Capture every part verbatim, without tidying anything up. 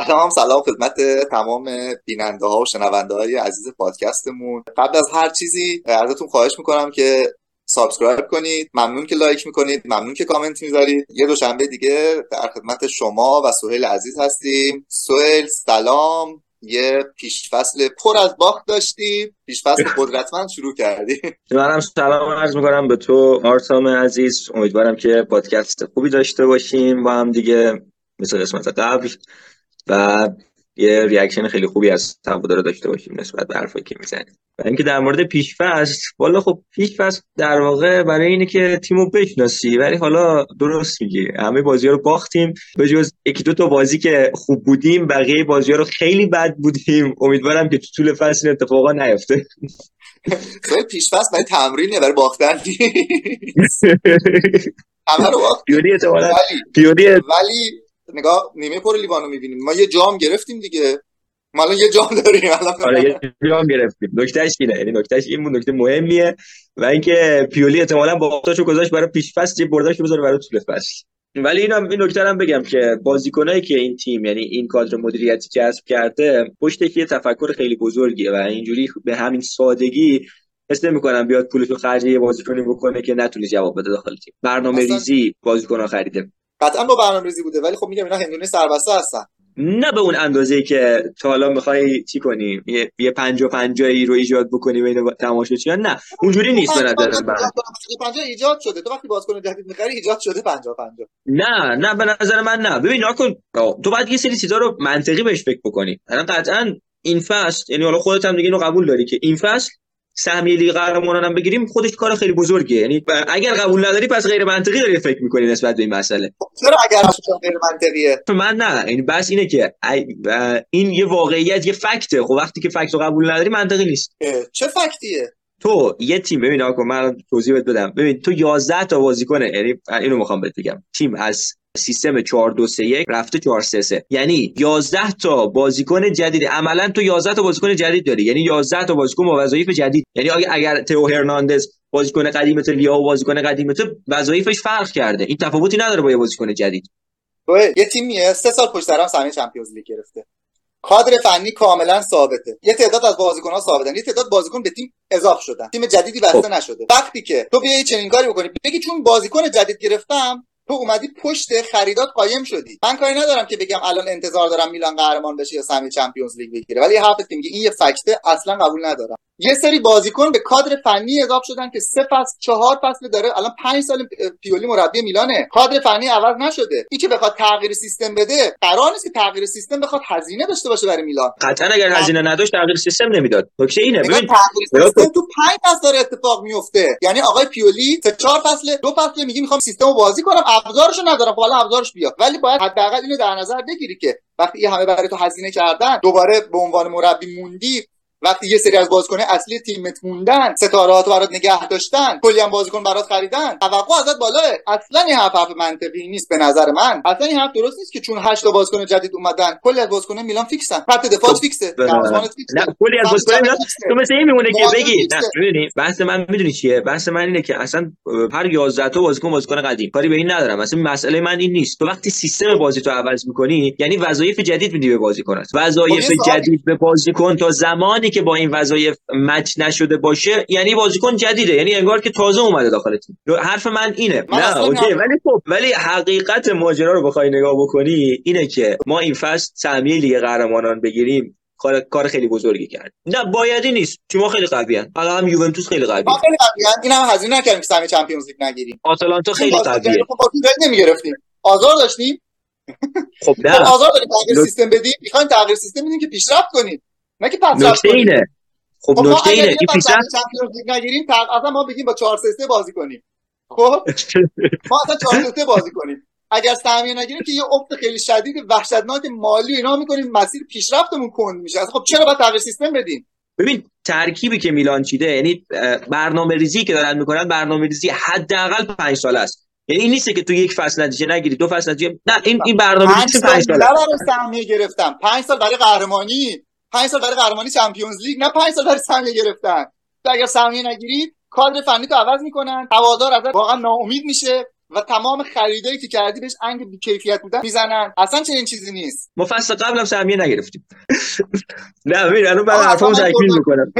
تمام سلام خدمت تمام بیننده ها و شنونده های عزیز پادکستمون. قبل از هر چیزی ازتون خواهش میکنم که سابسکرایب کنید. ممنون که لایک میکنید، ممنون که کامنت میذارید. یه دوشنبه دیگه در خدمت شما و سهیل عزیز هستیم. سهیل سلام. یه پیشفصل پر از باخت داشتیم، پیشفصل قدرتمند شروع کردیم. منم سلام عرض میکنم به تو آرسام عزیز. امیدوارم که پادکست خوبی داشته باشیم با هم دیگه مثل قسمت قبل و یه ریاکشن خیلی خوبی از هوادارا داشته باشیم نسبت به حرفایی که میزنیم. و اینکه در مورد پیشفصل، والا خب پیشفصل در واقع برای اینه که تیمو بشناسی، ولی حالا درست میگی همه بازی‌ها رو باختیم به جز یکی دو تا بازی که خوب بودیم، بقیه بازی‌ها رو خیلی بد بودیم. امیدوارم که تو طول فصل اتفاقا نیفته. خیلی پیشفصل برای تمرینه، برای باختن نیست. همه رو باختیم. پیولی احتمالاً پیولی ولی نگاه نیمه پر لیوانو می‌بینیم. ما یه جام گرفتیم دیگه. ما الان یه جام داریم الان. آره یه جام گرفتیم. نکتهش اینه، یعنی نکتهش این بود، نکته مهمیه و اینکه پیولی احتمالاً باختاشو گذاشت برای پیش فصل، یه برداشو بذاره برای طول فصل. ولی اینم این نکته هم بگم که بازیکنایی که این تیم یعنی این کادر مدیریتی کسب کرده پشتش یه تفکر خیلی بزرگیه و اینجوری به همین سادگی حس نمی‌کنم بیاد پولشو خرج یه بازیکنی بکنه که نتونه جواب بده داخل تیم. برنامه‌ریزی بازیکن‌ها خریده. قطعاً با برنامه‌ریزی بوده، ولی خب میگم اینا هندونه سربسته هستن. نه به اون اندازه‌ای که تا حالا می‌خوای چی کنی، یه یه پنجاه پنجاه رو ایجاد بکنی بین تماشاگران. نه اونجوری نیست به نظر من. پنجاه ایجاد شده، تو وقتی بازیکن جدید می‌خری ایجاد شده پنجاه پنجاه. نه نه به نظر من نه. ببین نکن، تو باید یه سری چیزا رو منطقی بهش فکر بکنی. الان قطعاً این فصل، یعنی حالا خودت هم دیگه اینو قبول داری که این فصل سهمیه لیگ قهرمانان هم بگیریم خودش کار خیلی بزرگیه. یعنی اگر قبول نداری پس غیر منطقی داری فکر می‌کنی نسبت به این مسئله. چرا اگر غیر منطقیه؟ من نه، این بس اینه که این یه واقعیت، یه فکته. خب وقتی که فکت رو قبول نداری منطقی نیست. چه فکتیه؟ تو یه تیم، ببین آقا من توضیح بهت بدم. ببین تو یازده تا بازیکنه، یعنی اینو میخوام بهت بگم، تیم از سیستم چهار دو سه یک رفته چهار سه سه، یعنی یازده تا بازیکن جدید. عملاً تو یازده تا بازیکن جدید داری، یعنی یازده تا بازیکن با وظایف جدید. یعنی اگه اگر تئو هرناندز بازیکن قدیمت، لیاو بازیکن قدیمت، وظایفش فرق کرده. این تفاوتی نداره با یه بازیکن جدید. یه تیمیه سه سال پشت سر هم سهمیه چمپیونز لیگ گرفته. کادر فنی کاملا ثابته. یه تعداد از بازیکن‌ها ثابتن، یه تعداد بازیکن به تیم اضافه شدن. تیم جدیدی بسته خب. نشده. وقتی که تو بیای چنین کاری بکنی، بگی چون بازیکن جدید گرفتم، تو اومدی پشت خریدات قایم شدی. من کاری ندارم که بگم الان انتظار دارم میلان قهرمان بشه یا سهمیه چمپیونز لیگ بگیره، ولی حرفت که میگه این یه فکته اصلا قبول ندارم. یه سری بازیکن به کادر فنی اضافه شدن که سه فصل چهار فصل داره، الان پنج سال پیولی مربی میلانه، کادر فنی عوض نشده. این که بخواد تغییر سیستم بده، قرار نیست که تغییر سیستم بخواد هزینه داشته باشه برای میلان. قطعا اگر هزینه نداشت تغییر سیستم نمیداد. نکته اینه، ببین تغییر سیستم تو پنج فصل داره اتفاق میفته. یعنی آقای پیولی سه چهار فصل دو فصل میگه میخوام سیستمو بازی کنم، ابزارشو ندارم. خب حالا ابزارش بیاد، ولی باید حداقل اینو در نظر بگیری که وقتی همه برای تو هزینه کردن، دوباره به عنوان مربی موندی، وقتی یه سری از بازیکن اصلی تیمت موندن، ستاره‌هاتو برات نگه داشتن، کلی هم بازیکن برات خریدن، توقع ازت بالاه. اصلا این حرف حرف منطقی نیست به نظر من. اصلا این حرف درست نیست که چون هشت تا بازیکن جدید اومدن کلی از بازیکن میلان فیکسن. خط دفاع فیکسه، دروازه‌بانت فیکسه. نه کلی از بازیکن میلان تو مثل این میمونه که بگی نه. ببینید بحث من میدونی چیه؟ بحث من اینه که اصلا هر یازده تا بازیکن بازیکن قدیم، کاری به این ندارم. اصلا مسئله من این نیست. تو وقتی سیستم بازی تو عوض می‌کنی، یعنی وظایف جدید میدی به بازیکنات. وظایف جدید به بازیکن تا زمانی که با این وظایف مچ نشده باشه یعنی بازیکن جدیده، یعنی انگار که تازه اومده داخل تیم. حرف من اینه. من نه اوکی، ولی خب ولی حقیقت ماجرا رو بخوای نگاه بکنی اینه که ما این فصل سهمیه لیگ قهرمانان بگیریم کار کار خیلی بزرگی کرد. نه بایدی نیست، تیم‌ها خیلی قویان. حالا هم یوونتوس خیلی قویه. ما خیلی قویان. اینم هزینه نکردیم که سهمیه چمپیونز لیگ نگیریم. آتالانتا خیلی قویه. خب ما نمیگرفتیم. آزار داشتیم. خب نه. خب آزار داریم تغییر سیستم بدیم. می‌خوایم تغییر سیستم بدیم که پیشرفت کنیم. نه که پسرفت کنیم. خب نکته اینه این پیشرفت چمپیونز لیگ نگیریم اصلا ما بگیم با چهار سه سه بازی کنیم. خب ما اصلا چهار سه سه بازی کنیم. اگر سهمیه نگیریم که یه افت خیلی شدید وحشتناک مالی اینا می‌کنیم، مسیر پیشرفتمون کند میشه. خب چرا باید تغییر سیستم بدیم؟ ببین ترکیبی که میلان چیده، یعنی برنامه‌ریزی که دارن میکنن، برنامه‌ریزی حداقل پنج ساله است. یعنی این نیست که تو یک فصل نتیجه نگیری، دو فصل نتیجه، نه این این برنامه‌ریزی پنج ساله. برای سهمیه گرفتم پنج سال برای قهرمانی، پنج سال برای قهرمانی چمپیونز لیگ، نه پنج سال برای سهمیه گرفتن. تو اگر سهمیه نگیری کادر فنی تو عوض میکنن، هوادار ازت واقعا ناامید میشه، و تمام خریدایی که کردی بهش انگ بی‌کیفیت بودن میزنن. اصلا چنین چیزی نیست. ما فصل قبلم سهمیه نگرفتیم. نه ببین الان من حرفمو تکمیل میکنم.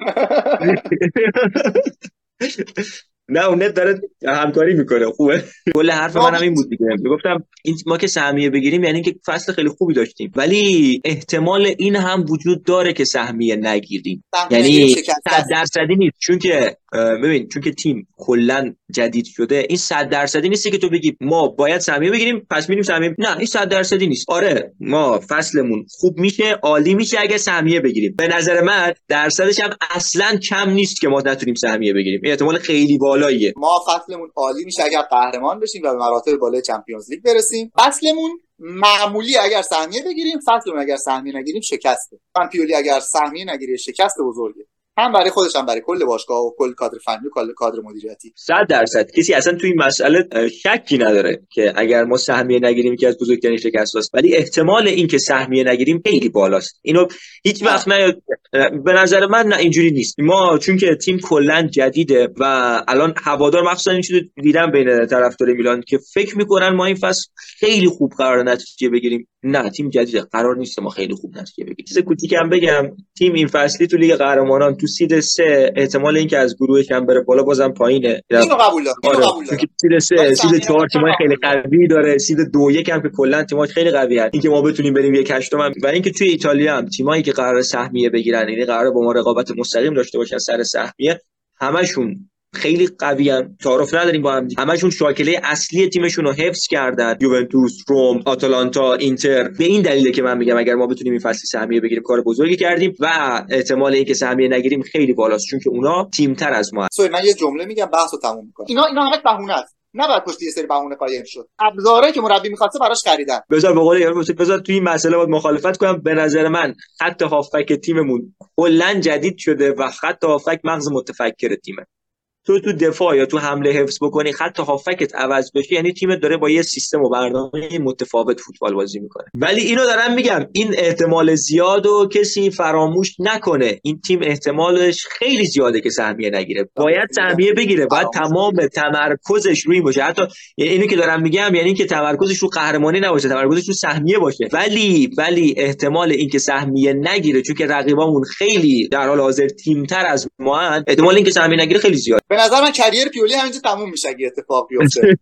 نه اون نت داره همکاری میکنه خوبه. کل حرف من هم این بود دیگه، میگفتم این ما که سهمیه بگیریم یعنی که فصل خیلی خوبی داشتیم، ولی احتمال این هم وجود داره که سهمیه نگیریم، یعنی صد درصدی نیست، چون که ببین چون که تیم کلا جدید شده، این صد درصدی نیست که تو بگی ما باید سهمیه بگیریم پس میریم سهمیه، نه این صد درصدی نیست. آره ما فصلمون خوب میشه، عالی میشه اگه سهمیه بگیریم. به نظر من درصدش هم اصلا کم نیست که ما نتونیم سهمیه بگیریم، احتمال خیلی بالاییه. ما فصلمون عالی میشه اگر قهرمان بشیم و به مراتب بالای چمپیونز لیگ برسیم. فصلمون معمولی اگر سهمیه بگیریم، فصلمون اگر سهمیه نگیریم شکسته. من پیولی اگر سهمیه نگیره شکست بزرگه، هم برای خودش هم برای کل باشگاه و کل کادر فنی و کل کادر مدیریتی. صد درصد کسی اصلا توی این مسئله شکی نداره که اگر ما سهمیه نگیریم که از بزرگترین شکست است، ولی احتمال این که سهمیه نگیریم خیلی بالاست. اینو هیچ وقت نه به نظر من نه اینجوری نیست. ما چون که تیم کلا جدیده و الان هوادار مخصوصا این چیزو دیدم بین طرفدار میلان که فکر میکنن ما این فصل خیلی خوب قرار نتیجه بگیریم. نه تیم جدیده، قرار نیست ما خیلی خوب نتیجه بگیریم. چیز کوچیکم بگم، تیم این فصلی تو لیگ قهرمانان تو سید سه احتمال اینکه از گروه کم بره بالا بازم پایینه. اینو قبول دارم. اینو قبول دارم. سید سه، سید چهار تیمای خیلی قوی داره، سید دو یک هم که کلا تیمای خیلی قوی هست. اینکه ما بتونیم بریم یک هشتم و اینکه توی ایتالیا هم تیمایی که قرار سهمیه بگیرن، یعنی قرار با ما رقابت مستقیم داشته باشن سر سهمیه، همشون خیلی قوی ان، تعارف نداریم با هم، همشون شاکله اصلی تیمشون رو حفظ کردن. یوونتوس، روم، آتالانتا، اینتر. به این دلیله که من میگم اگر ما بتونیم این فصل سهمیه بگیریم کار بزرگی کردیم و احتمال اینکه سهمیه نگیریم خیلی بالاست، چون که اونا تیم‌تر از ما. سوی من یه جمله میگم بحثو تموم میکنم. اینا اینا همه بهونه است. نباید پشت یه سری بهونه قایم شد. ابزارهایی که مربی می‌خواسته براش خریدن. بذار به قول یارو بذار توی این مسئله باید مخالفت کنم. به نظر من خط هافک تیممون کلاً جدید شده و خط هافک مغز متفکر تیمه. تو تو دفاع یا تو حمله حفظ بکنی، خط هافکت عوض بشه، یعنی تیمت داره با یه سیستم و برنامه متفاوت فوتبال بازی میکنه. ولی اینو دارم میگم این احتمال زیادو کسی فراموش نکنه. این تیم احتمالش خیلی زیاده که سهمیه نگیره. باید سهمیه بگیره، باید تمام تمرکزش روی باشه. حتی یعنی اینو که دارم میگم یعنی که تمرکزش رو قهرمانی نباشه، تمرکزش رو سهمیه باشه. ولی ولی احتمال اینکه سهمیه نگیره چون که رقیبامون خیلی در حال حاضر تیم‌تر از ما هستن، احتمال اینکه سهمیه نگیره خیلی زیاده. به نظر من کریر پیولی همینجا تموم میشه اگه اتفاق بیفته.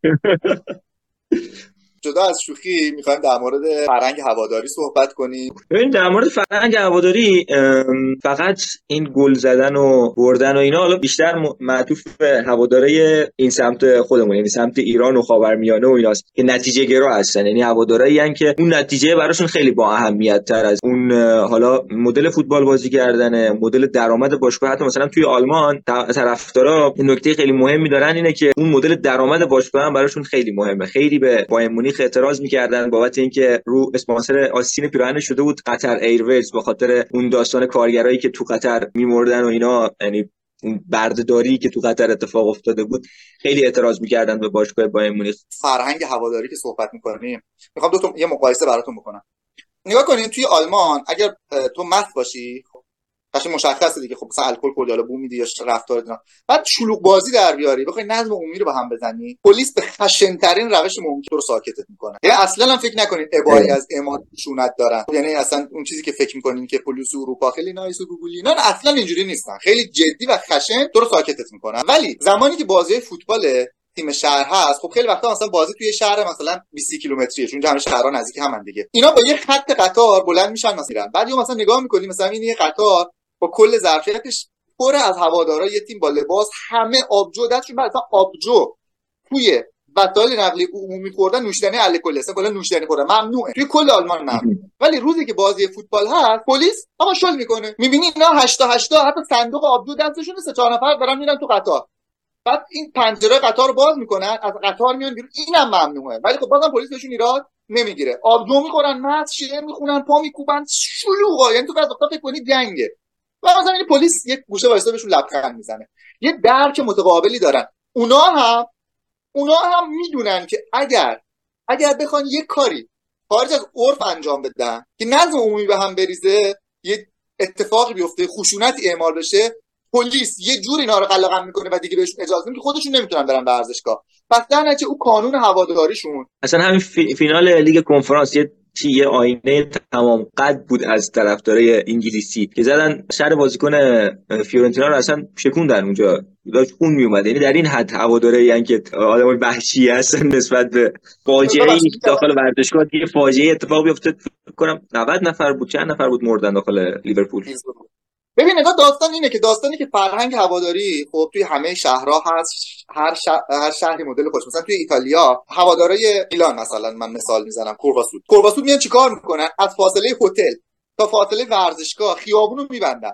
جدا از شوخی میخوایم در مورد فرهنگ هواداری صحبت کنیم. ببین در مورد فرهنگ هواداری فقط این گل زدن و بردن و اینا حالا بیشتر معطوف به هواداری این سمت خودمون، یعنی سمت ایران و خاورمیانه و ایناست که نتیجه گرا هستن، یعنی هواداری ان که اون نتیجه براشون خیلی با اهمیت تر از اون حالا مدل فوتبال بازی کردن، مدل درآمد باشگاه. حتی مثلا توی آلمان طرفدارا نکته خیلی مهمی دارن اینه که اون مدل درآمد باشگاه هم براشون خیلی مهمه. خیلی به بایر مونیخ اعتراض می‌کردن بابت اینکه رو اسپانسر آستین پیراهن شده بود قطر ایرویز، به خاطر اون داستان کارگرایی که تو قطر می‌مردن و اینا، یعنی اون بردهداری که تو قطر اتفاق افتاده بود. خیلی اعتراض می‌کردن به باشگاه بایر مونیخ. فرهنگ هواداری که صحبت می‌کنیم، می‌خوام دو تا یه مقایسه براتون بکنم. نگاه کنین توی آلمان اگر تو مست باشی قشنگ مشخصه دیگه، خب مثلا الکل خوردی، حالا بو میدی یا رفتار اینا، بعد شلوغ بازی در بیاری، بخوای نظم عمومی رو به هم بزنی، پلیس به خشن‌ترین روش ممکن رو ساکتت میکنه. یعنی اصلا هم فکر نکنین ابایی از اعمال خشونت دارن، یعنی اصلا اون چیزی که فکر میکنین که پلیس اروپا خیلی نایس و گوگلی، نه اصلا اینجوری نیستن، خیلی جدی و خشن تو رو ساکتت میکنن. ولی زمانی که بازی فوتبال تیم شهر هست، خب خیلی وقتا مثلا بازی توی شهر مثلا بیست کیلومتریه، چون همه شهرها نزدیک همن دیگه، اینا با یه خط قطار بلند میشن مثلا، بعد مثلا نگاه میکنی مثلا این یه قطار با کل ظرفیتش پر از هوادارای یه تیم با لباس، همه آبجو دستشون، بعد مثلا آبجو توی وسایل نقلیه عمومی خوردن، نوشیدنی الکل، اصلا کلا نوشیدنی خوردن ممنوعه توی کل آلمان ممنوعه. ولی روزی که بازی فوتبال هست پلیس آقا شل میکنه، میبینی اینا هشت تا هشت تا حتی صندوق آبجو دستشون، سه چهار نفر دارن میرن تو قطار، بعد این پنجره قطار رو باز میکنن، از قطار میان بیرون، اینم ممنوعه. ولی خب بازم پلیس بهشون ایراد نمیگیره، آبجو میخورن، مست شعر میخونن، پا میکوبن، شلوغه، یعنی تو از وقتا فکر کنی جنگه. و مثلا این پلیس یک گوشه وایسا بهشون لبخند میزنه. یه درک متقابلی دارن. اونا هم اونا هم میدونن که اگر اگر بخوان یه کاری خارج از عرف انجام بدن که نظم عمومی به هم بریزه، یه اتفاقی بیفته، خشونتی اعمال بشه، پلیس یه جور اینا رو قلقم میکنه و دیگه بهشون اجازه میده که خودشون نمیتونن برن ورزشگاه. پس در نتیجه او قانون هواداریشون اصلا همین فی... فینال لیگ کنفرانس یه چی یه آینه تمام قد بود از طرفدارای انگلیسی که زدن سر بازیکن فیورنتینا رو اصلا شکوندن اونجا، داشت خون میومد. یعنی در این حد هواداره یعنی که آدمای وحشی هستن نسبت به فاجعه داخل ورزشگاه. یه فاجعه اتفاق بیفته فکر کنم نود نفر بود چند نفر بود مردن داخل لیورپول. ببین نگاه داستان اینه که داستانی که فرهنگ هواداری خب توی همه شهرها هست، هر شهر هر شهری مدل خودش. مثلا توی ایتالیا هوادارای میلان مثلا من مثال میزنم، کورواسود کورواسود میان چیکار میکنن؟ از فاصله هتل تا فاصله ورزشگاه خیابونو میبندن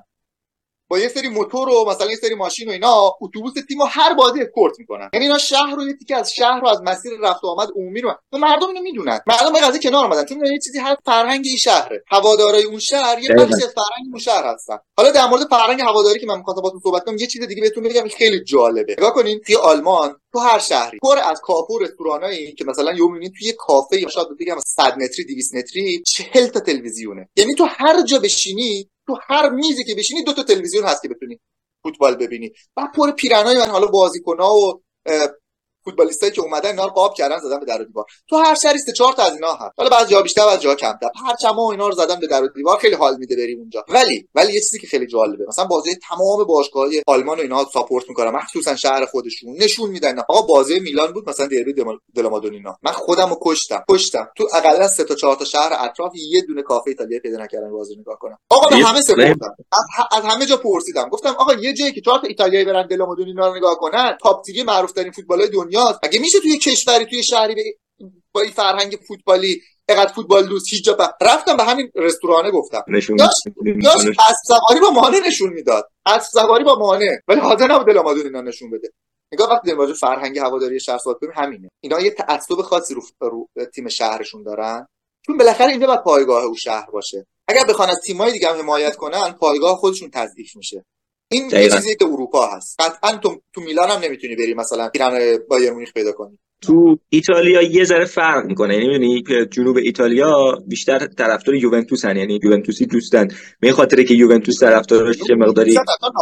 با یه سری موتور و مثلا یه سری ماشین و اینا، اتوبوس تیمو هر بازی اسکورت میکنن. یعنی اینا شهر رو یه تیکه از شهر رو از مسیر رفت و آمد عمومی رو و مردم اینو میدونن، مردم به قضیه کنار اومدن چون یه چیزی هست، فرهنگ این شهره، هوادارای اون شهر یه بخشی از فرهنگ اون شهر هستن. حالا در مورد فرهنگ هواداری که من می‌خواستم باهاتون صحبت کنم، یه چیز دیگه بهتون بگم خیلی جالبه. نگاه کنین توی آلمان تو هر شهری پر از کافه و رستورانایی که مثلا یهو می‌بینید توی کافه یا شاید بگم صد متری دویست متری چهل تا تلویزیونه. یعنی تو هر جا بشینی، تو هر میزی که بشینی دو تا تلویزیون هست که بتونی فوتبال ببینی. بعد پر پیرنای من حالا بازیکن‌ها و فوتبالیستایی که اومدن اینا رو قاب کردن زدن به در و دیوار. تو هر شهری سه چهار تا از اینا هست. حالا بعضی جا بیشتر بعضی جا کمتر. پرچما و اینا رو زدن به در و دیوار، خیلی حال میده بریم اونجا. ولی ولی یه چیزی که خیلی جالبه، مثلا بازی تمام باشگاه‌های آلمان و اینا ساپورت می‌کنن، مخصوصا شهر خودشون نشون میدن. آقا بازی میلان بود مثلا دربی دلامادونینا، من خودم رو کشتم کشتم تو اقلا سه تا چهار تا شهر اطراف یه دونه کافه ایتالیا پیدا نکردم بازی نگاه کنم. آقا به همه سپردم، از, از همه جا پرسیدم، گفتم آقا یه جایی که چهار تا ایتالیایی برن دلامادونینا رو نگاه کنن، تاپ تری معروف ترین فوتبالای دنیاست، اگه میشه توی کشوری توی شهری با این فرهنگ فوتبالی اینقدر فوتبال دوست هیچ جا ب... رفتم به همین رستورانه گفتم داشت داشت اسب سواری با مانع نشون میداد، اسب سواری با مانع، ولی حاضر نبود دلامادونینا نشون بده. نگاه وقتی در مورد فرهنگ هواداری شهر صحبت کنیم همینه، اینا یه تعصب خاصی رو, رو تیم شهرشون دارن، چون بالاخره اینجا باید پایگاه او شهر باشه. اگر بخوان از تیم‌های دیگه هم حمایت کنن پایگاه خودشون تضعیف میشه. این یه چیزی که اروپا هست. قطعا تو تو میلان هم نمیتونی بری مثلا پیرن بایر مونیخ پیدا کنی. تو ایتالیا یه ذره فرق میکنه، یعنی میدونی جنوب ایتالیا بیشتر طرفدار یوونتوسن، یعنی یوونتوسی دوستن به خاطر که یوونتوس طرفدارش چه مقداری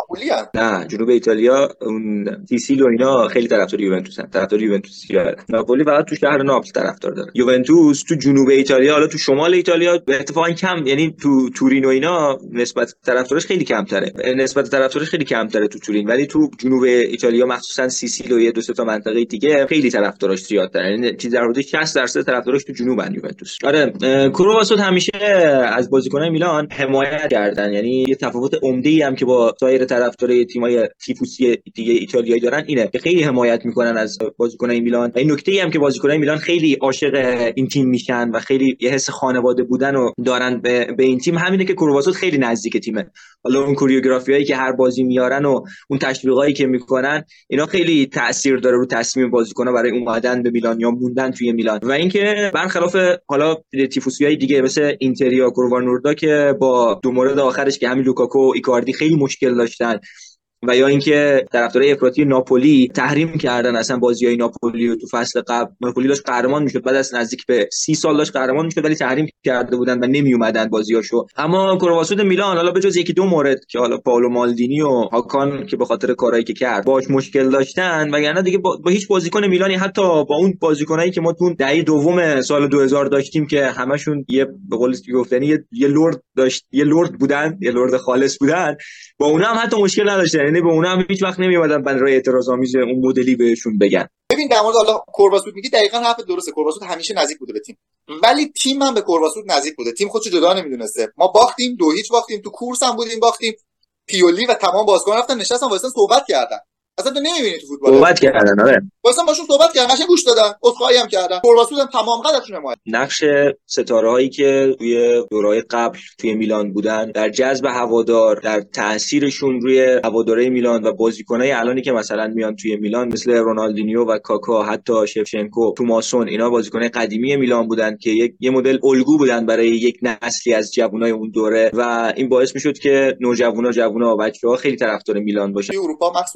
نه جنوب ایتالیا اون سیسیل و اینا خیلی طرفدار یوونتوسن، طرفدار یوونتوسی هستن. ناپولی فقط تو شهر ناپل طرفدار داره. یوونتوس تو جنوب ایتالیا، حالا تو شمال ایتالیا اتفاقا کم، یعنی تو تورین و اینا نسبت طرفدارش خیلی کمتره، نسبت طرفدارش خیلی کمتره تو تورین، ولی تو جنوب ایتالیا مخصوصا سیسیل و یه دو سه تا منطقه دیگه خیلی طرفدار زیادتره، یعنی چیز در حدود شصت درصد طرفدارش تو جنوبن یوونتوس. آره کورواسود همیشه از بازیکنان میلان حمایت کردن، یعنی یه تفاوت عمده‌ای هم که با سایر طرفدارای تیم‌های تیفوسی دیگه ایتالیایی دارن اینه که خیلی حمایت میکنن از بازیکنان میلان. و این نکته‌ای هم که بازیکنان میلان خیلی عاشق این تیم میشن و خیلی یه حس خانواده بودن رو دارن به, به این تیم، همینه که کورواسود خیلی نزدیک تیمه. حالا اون کوریوگرافیایی که هر بازی میارن و اون تشویقایی که میکنن اینا خیلی تاثیر داره رو تصمیم بازیکن‌ها برای اومدن به میلان یا موندن توی میلان. و اینکه برخلاف حالا تیفوسیای دیگه مثل اینتریا کوروانوردا که با دو مورد آخرش که همین لوکاکو و ایکاردی خیلی مشکل داشتن، و یا اینکه طرفدارای افراطی ناپولی تحریم کردن اصلا بازیای ناپولی رو تو فصل قبل. ناپولی داشت قهرمان میشد، بعد از نزدیک به سی سال داشت قهرمان میشد ولی تحریم کرده بودن و نمی اومدن بازیاشو. اما کورواسود میلان حالا بجز یکی دو مورد که حالا پائولو مالدینی و هاکان که به خاطر کارهایی که کرد باش مشکل داشتن، وگرنه دیگه با, با هیچ بازیکن میلانی، حتی با اون بازیکنایی که ما تو دهه دوم سال دو هزار داشتیم که همشون یه به قول گفتنی یه, یه لرد داشت یه لرد بودن، یه لرد خالص بودن، با اونها هم حتی مشکل نداشتن، یعنی به اونها هم هیچ وقت نمیومدن برای اعتراض‌آمیز اون مدلی بهشون بگن. ببین در مورد حالا کورواسود میگی دقیقاً حرف درسته، کورواسود همیشه نزدیک بوده به تیم، ولی تیم هم به کورواسود نزدیک بوده، تیم خودشو جدا نمیدونسته. ما باختیم دو هیچ باختیم، تو کورس هم بودیم باختیم، پیولی و تمام بازیکن رفتن نشستن واسه صحبت کردن، اصلا تو نمیبینی تو فوتبال صحبت کردن. آره واسه باشون صحبت کردن، قشنگ گوش دادن، عذرخواهی هم کردن. کورواسود هم تمام قدرشون حمایت. نقش ستاره‌هایی که توی دورهای قبل توی میلان بودن در جذب هوادار، در تاثیرشون روی هوادارهای میلان و بازیکنای الانی که مثلا میان توی میلان مثل رونالدینیو و کاکا، حتی شفچنکو، توماسون، اینا بازیکنای قدیمی میلان بودن که یک یه مدل الگو بودن برای یک نسلی از جوانای اون دوره و این باعث میشد که نوجوانا جوونا و بچه‌ها خیلی طرفدار میلان باشن. توی اروپا مخصوصا حالا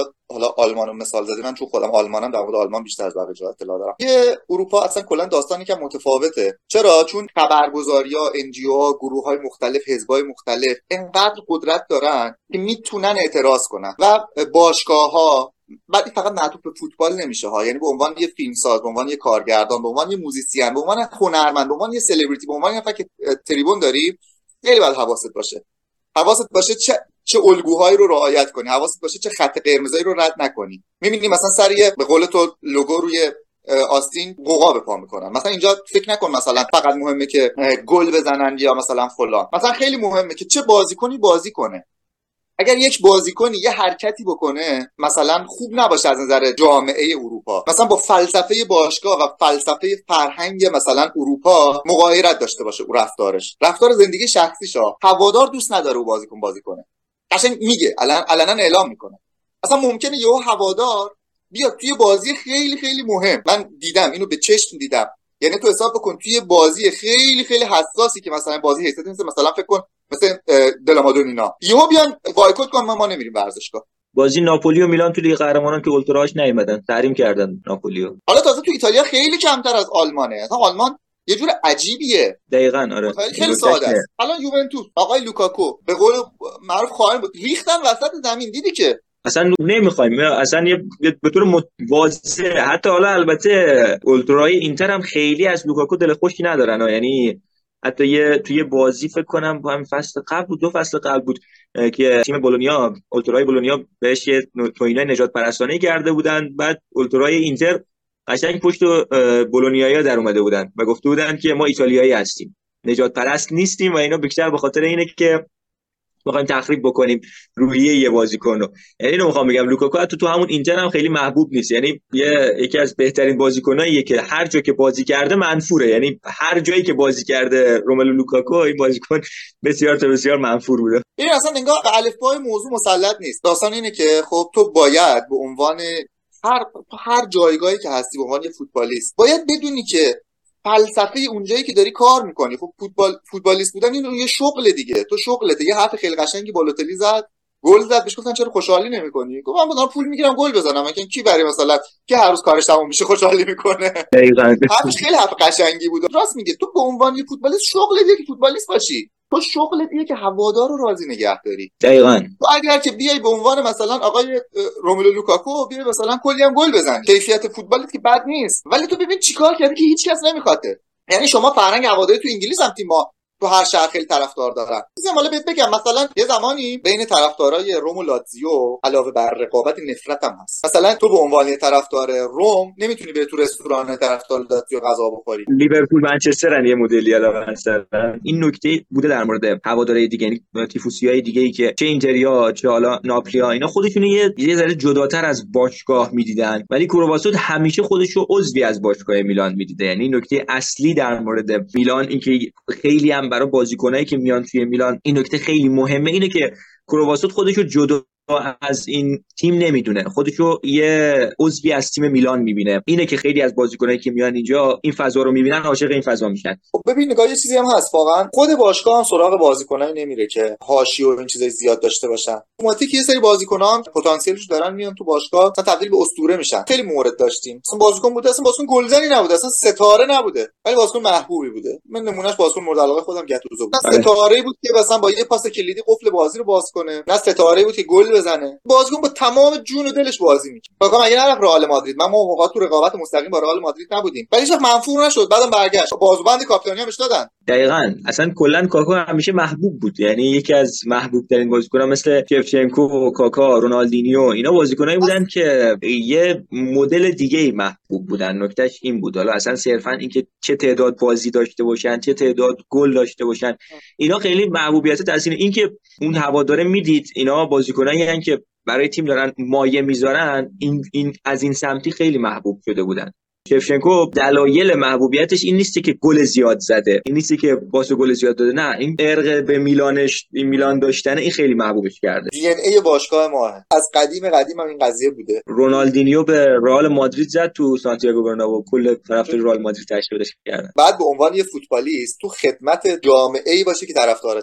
حالا آلمانو مثال زدی، من چون خودم آلمانم در مورد آلمان بیشتر از بقیه جا اطلاع دارم. یه اروپا اصلا کلا داستانی که متفاوته. چرا؟ چون خبرگزاری‌ها، ان جی او ها، گروه‌های مختلف، حزب‌های مختلف انقدر قدرت دارن که میتونن اعتراض کنن و باشگاه‌ها بعد فقط معطوف به فوتبال نمیشه ها، یعنی به عنوان یه فیلمساز، به عنوان یه کارگردان، به عنوان یه موزیسین، به عنوان هنرمند، به عنوان یه سلبریتی، به عنوان یه فکر تریبون داری، خیلی باید حواست باشه. حواست باشه چه چه الگوهایی رو رعایت کنی، حواست باشه چه خط قرمزایی رو رد نکنی. می‌بینی مثلا سر یه به قول تو لوگو روی آستین قوقا به پا میکنن. مثلا اینجا فکر نکن مثلا فقط مهمه که گل بزنن یا مثلا فلان، مثلا خیلی مهمه که چه بازیکنی بازی کنه. اگر یک بازیکنی یه حرکتی بکنه مثلا خوب نباشه از نظر جامعه اروپا، مثلا با فلسفه باشگاه و فلسفه فرهنگ مثلا اروپا مغایرت داشته باشه، او رفتارش رفتار زندگی شخصیشه، هوادار دوست نداره او بازیکن بازی کنه، قشنگ میگه علنا علنا اعلام میکنه. اصلا ممکنه یهو هوادار بیاد توی بازی خیلی خیلی مهم، من دیدم اینو به چشم دیدم، یعنی تو حساب بکن توی بازی خیلی خیلی حساسی که مثلا بازی حیثیت مثلا مثلا فکر کن مثلا دلامادونینا، یهو بیان بایکوت کنن ما نمیریم ورزشگاه. بازی ناپولی و میلان تو لیگ قهرمانان که اولتراهاش نیومدن تحریم کردن ناپولیو. حالا تازه تو ایتالیا خیلی کمتر از آلمانه، مثلا آلمان یه جور عجیبیه. دقیقاً آره خیلی ساده است. الان یوونتوس آقای لوکاکو به قول معروف خائن بود، ریختن وسط زمین، دیدی که اصلا نمیخوایم، اصلا یه به طور متواضع، حتی حالا البته اولترای اینتر هم خیلی از لوکاکو دل خوشی ندارن، یعنی حتی یه توی بازی فکر کنم همین فصل قبل بود، دو فصل قبل بود که تیم بولونیا، اولترای بولونیا بهش یه توهینای نجات پرستانه کرده بودن، بعد اولترای اینتر قشنگ پشت بولونیایی‌ها در اومده بودن و گفته بودن که ما ایتالیایی هستیم، نجات پرست نیستیم و اینا بیشتر به خاطر اینه که می‌خوایم تخریب بکنیم روحیه یه بازیکن رو. یعنی اینو می‌خوام بگم لوکاکو حتی تو همون اینتر هم خیلی محبوب نیست، یعنی یه یکی از بهترین بازیکناییه که هر جا که بازی کرده منفوره، یعنی هر جایی که بازی کرده روملو لوکاکو این بازیکن بسیار تا بسیار منفور بوده. این اصلا انگار الفبای موضوع مسلط نیست. داستان اینه که خب تو باید به عنوان هر هر جایگاهی که هستی به عنوان یه فوتبالیست باید بدونی که فلسفه اونجایی که داری کار میکنی، خب فوتبال فوتبالیست بودن این یه شغل دیگه، تو شغلته. یه حرف خیلی قشنگی بالاتلی زد، گل زد، بهش گفتن چرا خوشحالی نمیکنی؟ گفت من دارم پول میگیرم گل بزنم، مگه کی برای مثلا که هر روز کارش تموم میشه خوشحالی میکنه؟ دقیقاً حرفش خیلی حرف قشنگی بود. راست میگه، تو به عنوان یه فوتبالیست شغل دیگه که فوتبالیست باشی، تو شغلت اینه که هوادار رو راضی نگه داری. دقیقاً تو اگر که بیای به عنوان مثلا آقای روملو لوکاکو بیای مثلا کلی هم گل بزنی، کیفیت فوتبالیت که بد نیست، ولی تو ببین چیکار کردی که هیچ کس نمیخواته. یعنی شما فرهنگ هواداری تو انگلیس هم تیم ما تو هر شهر خیلی طرفدار دارن. مثلا حالا بهت بگم مثلا یه زمانی بین طرفدارای روم و لاتزیو علاوه بر رقابت نفرت هم هست. مثلا تو به عنوان یه طرفدار روم نمیتونی بری تو رستوران طرفدار لاتزیو غذا بخوری. لیورپول منچسترن یه مدلی علاوه مثلا این نکته بوده در مورد هوادارهای دیگه، یعنی تیفوسیای دیگه‌ای که چه اینتریا چه حالا ناپولیا اینا خودشون یه یه ذره جداتر از باشگاه میدیدن، ولی کورواسوت همیشه خودش رو عضوی از باشگاه میلان میدیده. یعنی نکته اصلی در مورد میلان این که خیلی هم برای بازیکنایی که میان توی میلان این نکته خیلی مهمه، اینه که کورواسوت خودش رو جدا از این تیم نمیدونه، خودشو یه عضوی از تیم میلان میبینه. اینه که خیلی از بازیکنایی که میان اینجا این فضا رو میبینن عاشق این فضا میشن. خب ببین نگاه یه چیزی هم هست، واقعا خود باشگاه هم سراغ بازیکنایی نمیره که حاشیه و این چیزای زیاد داشته باشن. اوماتی که یه سری بازیکن‌ها هم پتانسیلش دارن میان تو باشگاه مثلا تبدیل به اسطوره میشن. خیلی مورد داشتیم، مثلا بازیکن بوده اصلا بازیکن گلزنی نبوده، اصلا ستاره نبوده، ولی بازیکن محبوبی بوده. من نمونهش بازیکن مورد علاقه خودم گاتوزو بود. ستاره‌ای بود که مثلا با یه پاس کلیدی قفل بازی رو باز کنه، نه ستاره‌ای بود که گل بزنه. بازیکن با تمام جون و دلش بازی میکنه. واقعا اگه نرفت رئال مادرید، ما موقعا تو رقابت مستقیم با رئال مادرید نبودیم، ولی هیچ وقت منفور نشد، بعدم برگشت بازوبند کاپیتانی همش دادن. دقیقاً اصلا کلا کاکا همیشه محبوب بود، یعنی یکی از محبوب ترین بازیکن‌ها مثل شفچنکو و کاکا، رونالدینیو، اینا بازیکنایی بودن که یه مدل دیگه‌ای محبوب بودن. نکتهش این بود، حالا اصلا صرفاً اینکه چه تعداد بازی داشته باشن، چه تعداد گل داشته باشن، اینا خیلی محبوبیت تاثیر این که اون هواداره میدید اینا بازیکنایی هستن که برای تیم دارن مایه میذارن، این این از این سمتی خیلی محبوب شده بودن. شفچنکو دلایل محبوبیتش این نیست که گل زیاد زده، این نیست که باس گل زیاد داده، نه، این ارق به میلانش این میلان داشتن این خیلی محبوبش کرده. دی ان ای باشگاه ما از قدیم قدیم هم این قضیه بوده. رونالدینیو به رئال مادرید زد تو سانتیاگو برنابو، کل طرفدار رئال مادرید تشویقش کردن. بعد به عنوان یه فوتبالیست تو خدمت جامعه‌ای باشه که طرفدارتن.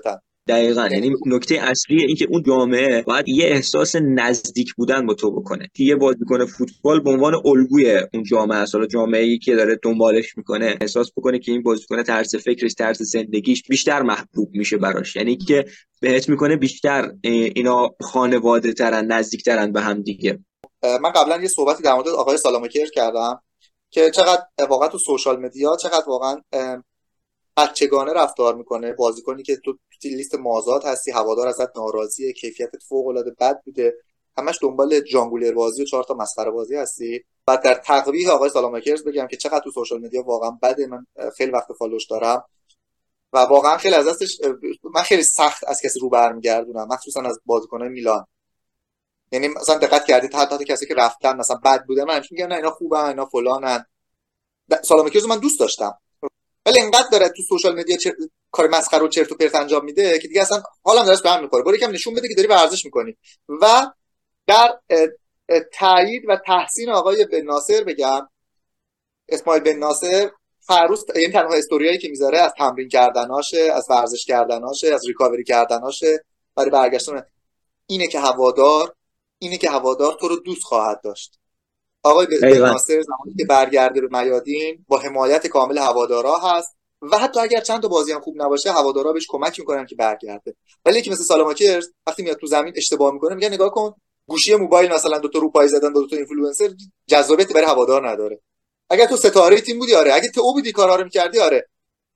دقیقاً، یعنی نکته اصلی این که اون جامعه باید یه احساس نزدیک بودن با تو بکنه که یه بازیکن فوتبال به عنوان الگوی اون جامعه است، حالا جامعه‌ای که داره دنبالش میکنه احساس بکنه که این بازیکن طرز فکرش، طرز زندگیش بیشتر محبوب میشه براش، یعنی که بهت میکنه بیشتر اینا خانواده ترن، نزدیک ترن به هم دیگه. من قبلا یه صحبتی در مورد آقای سالامکر کردم که چقدر واقعا تو سوشال مدیا چقدر واقعا بچگانه رفتار میکنه. بازیکنی که تو لیست مازاد هستی، هوادار ازت ناراضیه، کیفیتت فوق العاده بد بوده، همش دنبال جانگولر بازی و چهار تا مسخره بازی هستی. بعد در تقبیح آقای سالامکرز بگم که چقدر تو سوشال مدیا واقعا بده. من خیلی وقت فالوش دارم و واقعا خیلی از دستش من خیلی سخت از کسی رو برمیگردونم، مخصوصا از بازیکنای میلان. یعنی مثلا دقت کردید حتی حتی کسی که رفتن مثلا بد بوده من میگم نه اینا خوبن، اینا فلانن. سالامکرز من دوست داشتم، ولی اینقدر داره تو سوشال مدیا چر... کار مسخره و چرت و پرت انجام میده که دیگه اصلا حالم داره به هم میخوره. برو یکم نشون بده که داری ورزش میکنی. و در تایید و تحسین آقای بن ناصر بگم، اسماعیل بن ناصر هر روز یعنی تنها استوریایی که میذاره از تمرین کردناشه، از ورزش کردناشه، از ریکاوری کردناشه برای برگشتن. اینه که هوادار اینه که هوادار تو رو دوست خواهد داشت. آقای بن ناصر زمانی که برگرده به میادین با حمایت کامل هوادارا هست و حتی اگر چند تا بازی هم خوب نباشه هوادارا بهش کمک میکنن که برگرده. ولی یکی مثل سالامکرز وقتی میاد تو زمین اشتباه میکنه میگن نگاه کن گوشی موبایل مثلا دو تا رو پای زدن دو تا اینفلوئنسر جذابیت برای هوادار نداره. اگر تو ستاره تیم بودی آره، اگه تو بودی کارا رو میکردی آره.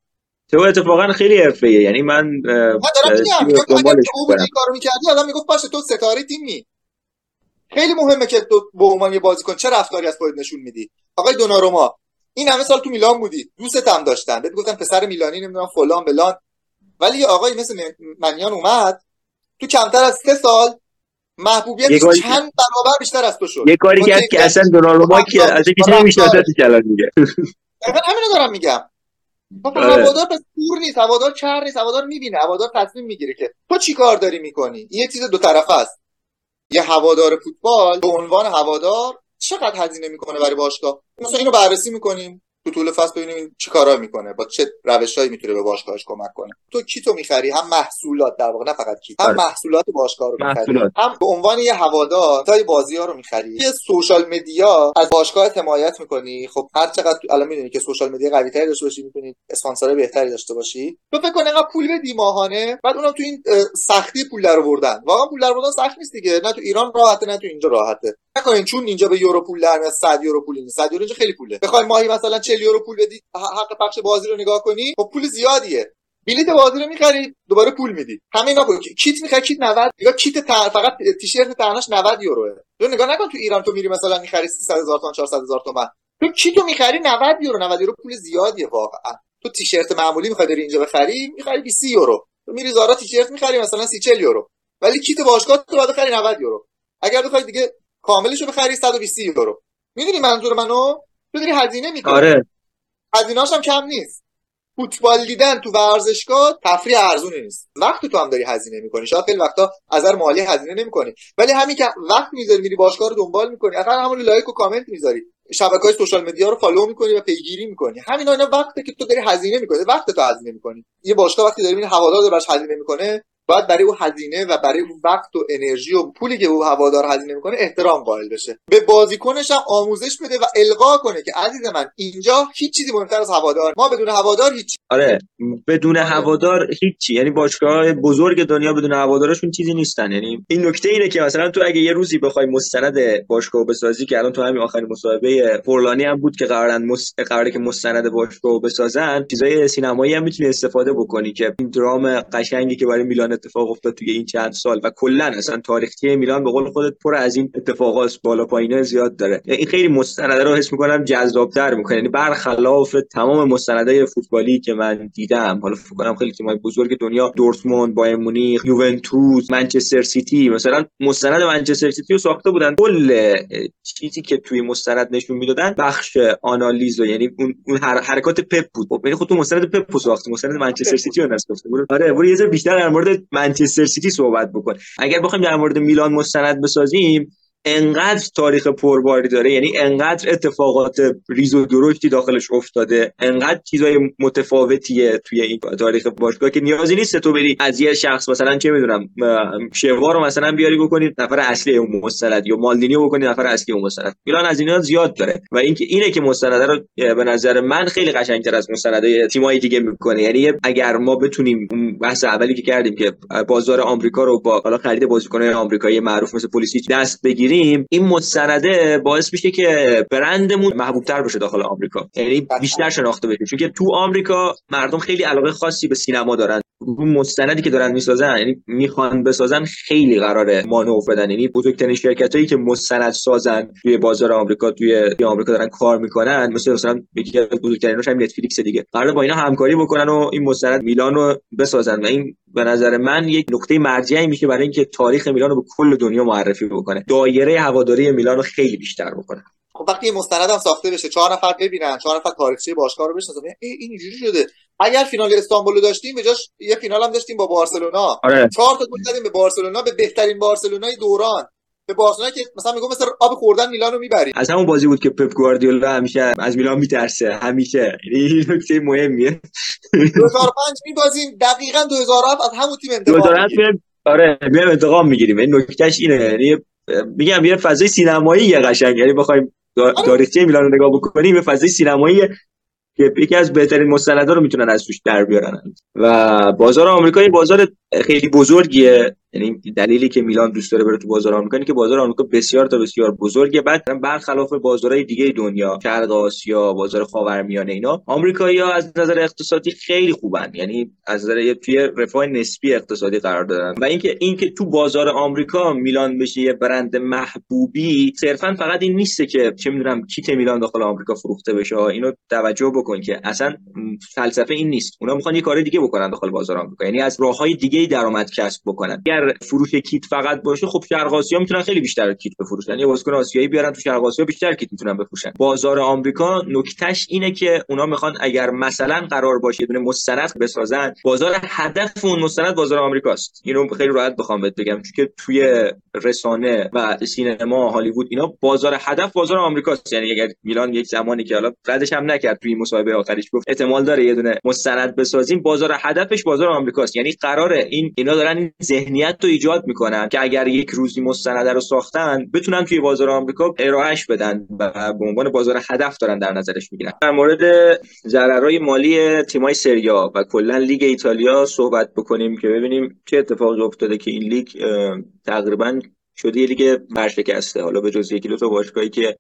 تو اتفاقا خیلی حرفه‌ایه، یعنی من من دارم میگم اگه تو بودی کارو میکردی آدم میگفت باشه تو ستاره تیمی. خیلی مهمه که تو به عنوان یه بازیکن چه رفتاری از خودت نشون میدی. آقای دوناروما این همه سال تو میلان بودی، دوستت هم داشتن، بهت گفتن پسر میلانی نمیدونم فلان بلان، ولی یه آقای مثل منیان اومد تو کمتر از سه سال محبوبیتش چند برابر بیشتر از تو شد. یه کاری کرد که اصلا دوناروما که از کسی نمیشناسه الان میگه. من همینو دارم میگم. هوادار پس پور نیست، هوادار چر نیست، هوادار میبینه، هوادار تصمیم میگیره که تو چی کار داری میکنی. این یه چیز دو طرفه است. یه هوادار فوتبال به عنوان هوادار چقدر هزینه میکنه برای باشگاه. مثلا اینو بررسی میکنیم تو طول فصل ببینیم چی کارا میکنه، با چه روشایی میتونه به باشگاهش کمک کنه. تو کیتو میخری، هم محصولات در واقع نه فقط کیت، هم محصولات باشگاه رو میخری، هم به عنوان یه هوادار تای بازی‌ها رو میخری. یه سوشال مدیا از باشگاه حمایت میکنی. خب هر چقدر الان میدونی که سوشال مدیا قوی‌تری داشته باشی میتونی اسپانسرای بهتری داشته باشی. تو فکر کن انقدر پول بدی ماهانه، بعد اونم تو این سختی پول درآوردن. واقعا پول درآوردن سخت نیست دیگه، نه تو ایران راحته نه تو اینجا راحته. نکنین چون اینجا به یورو پول در میاد صد یورو پول نیست. صد یورو اینجا خیلی پوله. بخوای ماهی مثلا چهل یورو پول بدی حق پخش بازی رو نگاه کنی، خب پول زیادیه. بلیت بازی رو می‌خری دوباره پول میدی. همه اینا کن. کیت می‌خری کیت نود، یا کیت تر... فقط تیشرت تنهاش نود یوروه. تو نگاه نکن تو ایران تو میری مثلا می‌خری سیصد هزار تومان چهارصد هزار تومان. تو کیتو می‌خری نود یورو. نود یورو پول زیادیه واقعا. تو تیشرت معمولی می‌خوای بری اینجا بخری می‌خری بیست یورو. تو میری زارا تیشرت می‌خری مثلا سی چهل یورو. ولی کیت باشگاه تو باید بخری نود یورو. اگر بخوای دیگه کاملش رو بخری صد و بیست یورو. می‌دونی منظور منو؟ تو داری هزینه می‌کنی. آره. هزینه‌اش هم کم نیست. فوتبال دیدن تو ورزشگاه تفریح ارزونی نیست. وقت تو هم داری هزینه می‌کنی. شاید خیلی وقتا از نظر مالی هزینه نمی‌کنی، ولی همین که وقت می‌ذاری میری باشگاه رو دنبال می‌کنی، اصلا همون لایک و کامنت می‌ذاری، شبکه‌های سوشال مدیا رو فالو می‌کنی و پیگیری می‌کنی، همینا اینا وقته که تو داری هزینه می‌کنی. وقت تو هزینه می‌کنی. یه باشگاه وقتی داری می‌بینی هوادار داره براش هزینه می‌کنه، باید برای اون هزینه و برای اون وقت و انرژی و پولی که او هوادار هزینه میکنه احترام قائل بشه. به بازیکنش هم آموزش بده و القا کنه که عزیز من اینجا هیچ چیزی مهمتر از هوادار، ما بدون هوادار هیچ. آره بدون هوادار هیچی، یعنی باشگاه بزرگ دنیا بدون هوادارشون چیزی نیستن. یعنی این نکته اینه که مثلا تو اگه یه روزی بخوای مستند باشگاه بسازی، که الان تو همین آخرین مصاحبه فورلانی هم بود که قرارن مس... قراره که مستند باشگاه بسازن، چیزای سینمایی هم میتونی استفاده بکنی که این درام قشنگی که برای میلان اتفاق افتاد توی این چند سال و کلا اصلا تاریخچه میلان به قول خودت پر از این اتفاقات بالا پایینه زیاد داره. این خیلی مستنده رو حس می‌کنم جذاب‌تر می‌کنه، یعنی برخلاف تمام مستندهای فوتبالی که من دیدم. حالا فکر کنم خیلی تیم‌های بزرگ دنیا، دورتموند، بایر مونیخ، یوونتوس، منچستر سیتی، مثلا مستند منچستر سیتی رو ساخته بودن، کل چیزی که توی مستند نشون میدادن بخش آنالیز و یعنی اون اون حرکات پپ بود. خب یعنی خود تو مستند پپ رو ساخته، مستند منچستر سیتی رو نساخته بود. آره برو یه ذره بیشتر در مورد منچستر سیتی صحبت بکن. اگر بخوایم در مورد میلان مستند بسازیم، انقدر تاریخ پرباری داره، یعنی انقدر اتفاقات ریز و درشتی داخلش افتاده، انقدر چیزای متفاوتیه توی این تاریخ باشگاه که نیازی نیست تو بری از یه شخص مثلا چه میدونم شوا رو مثلا بیاری بکنید نفر اصلی اون مستند، یا مالدینی رو بکنید نفر اصلی اون مستند. میلان از اینا زیاد داره و اینکه اینه که مستند رو به نظر من خیلی قشنگتر از مستندای تیمای دیگه میکنه. یعنی اگر ما بتونیم اون بحث اولی که کردیم که بازار آمریکا رو با حالا خرید بازیکن‌های آمریکایی معروف مثل پولیسیچ دست بگیریم، این مستنده باعث میشه که برندمون محبوب‌تر بشه داخل آمریکا، یعنی بیشتر شناخته بشه، چون که تو آمریکا مردم خیلی علاقه خاصی به سینما دارن. اون مستندی که دارن میسازن، یعنی میخوان بسازن، خیلی قراره مانور بدن. یعنی بزرگترین شرکتایی که مستند سازن توی بازار آمریکا توی آمریکا دارن کار میکنن، مثل مثلا یکی از بزرگتریناش هم نتفلیکس دیگه، قراره با اینا همکاری بکنن و این مستند میلان رو بسازن و این به نظر من یک نقطه مرجعی میشه برای اینکه تاریخ میلان رو به کل دنیا معرفی بکنه، دایره هواداری میلان رو خیلی بیشتر بکنه. خب وقتی مستند هم ساخته بشه، چهار نفر ببینن، چهار نفر تاریخچه باشگاه رو بشناسن، این اینجوری شده. اگر فینال استانبول رو داشتیم به جاش یه فینال هم داشتیم با بارسلونا، آره. چهار تا گل زدیم به بارسلونا، به بهترین بارسلونای دوران، به بارسلونا که مثلا میگم مثلا آب خوردن میلان رو میبریم. از همون بازی بود که پپ گواردیولا همیشه از میلان میترسه، همیشه. این نکته مهمیه. دو هزار و پنج میبازیم دقیقاً دو هزار و هفت از همون تیم انتقام میگیریم. آره میام انتقام میگیریم. این نکتهش اینه، یعنی میگم یه فضای سینمایی قشنگ، یعنی بخوایم تاریخچه میلان رو نگاه بکنیم به فضای سینمایی که یکی از بهترین مستندها رو میتونن از توش در بیارن. و بازار آمریکا بازار خیلی بزرگیه، یعنی دلیلی که میلان دوست داره بره تو بازار آمریکا اینه که بازار آمریکا بسیار تا بسیار بزرگه. بعد برخلاف بازارهای دیگه دنیا، شرق آسیا، بازار خاورمیانه، اینا آمریکایی‌ها از نظر اقتصادی خیلی خوبن، یعنی از نظر توی رفاه نسبی اقتصادی قرار دارن. و اینکه اینکه تو بازار آمریکا میلان بشه یه برند محبوبی، صرفا فقط این نیسته که چه میدونم کیت میلان داخل آمریکا فروخته بشه. اینو توجه بکن که اصلا فلسفه این نیست. اونا میخوان یه کار دیگه بکنن داخل بازار آمریکا، یعنی از راههای دیگه درآمد کسب بکنن. اگر فروش کیت فقط باشه، خب شرق آسیا میتونن خیلی بیشتر کیت بفروشن، یه بازیکن آسیایی بیارن تو شرق آسیا بیشتر کیت میتونن بفروشن. بازار آمریکا نکتهش اینه که اونا میخوان اگر مثلا قرار باشه یه دونه مستند بسازن، بازار هدف اون مستند بازار آمریکاست. اینو خیلی راحت بخوام بهت بگم، چون که توی رسانه و سینما هالیوود اینا بازار هدف بازار آمریکاست. یعنی اگر میلان یک زمانی که حالا ردش هم نکرد توی مصاحبه آخرش گفت احتمال داره یه دونه مستند بسازیم، بازار هدفش بازار آمریکاست. یعنی قراره این اینا دارن این ذهنیت رو ایجاد میکنن که اگر یک روزی مستند رو ساختن بتونن توی بازار آمریکا ارائهش بدن و به عنوان بازار هدف دارن در نظرش میگیرن. در مورد ضررهای مالی تیمای سری آ و کلا لیگ ایتالیا صحبت بکنیم که ببینیم چه اتفاقی افتاده که این لیگ تقریبا شده یه لیگ ورشکسته. حالا به جز یکی دو تا باشگاهی که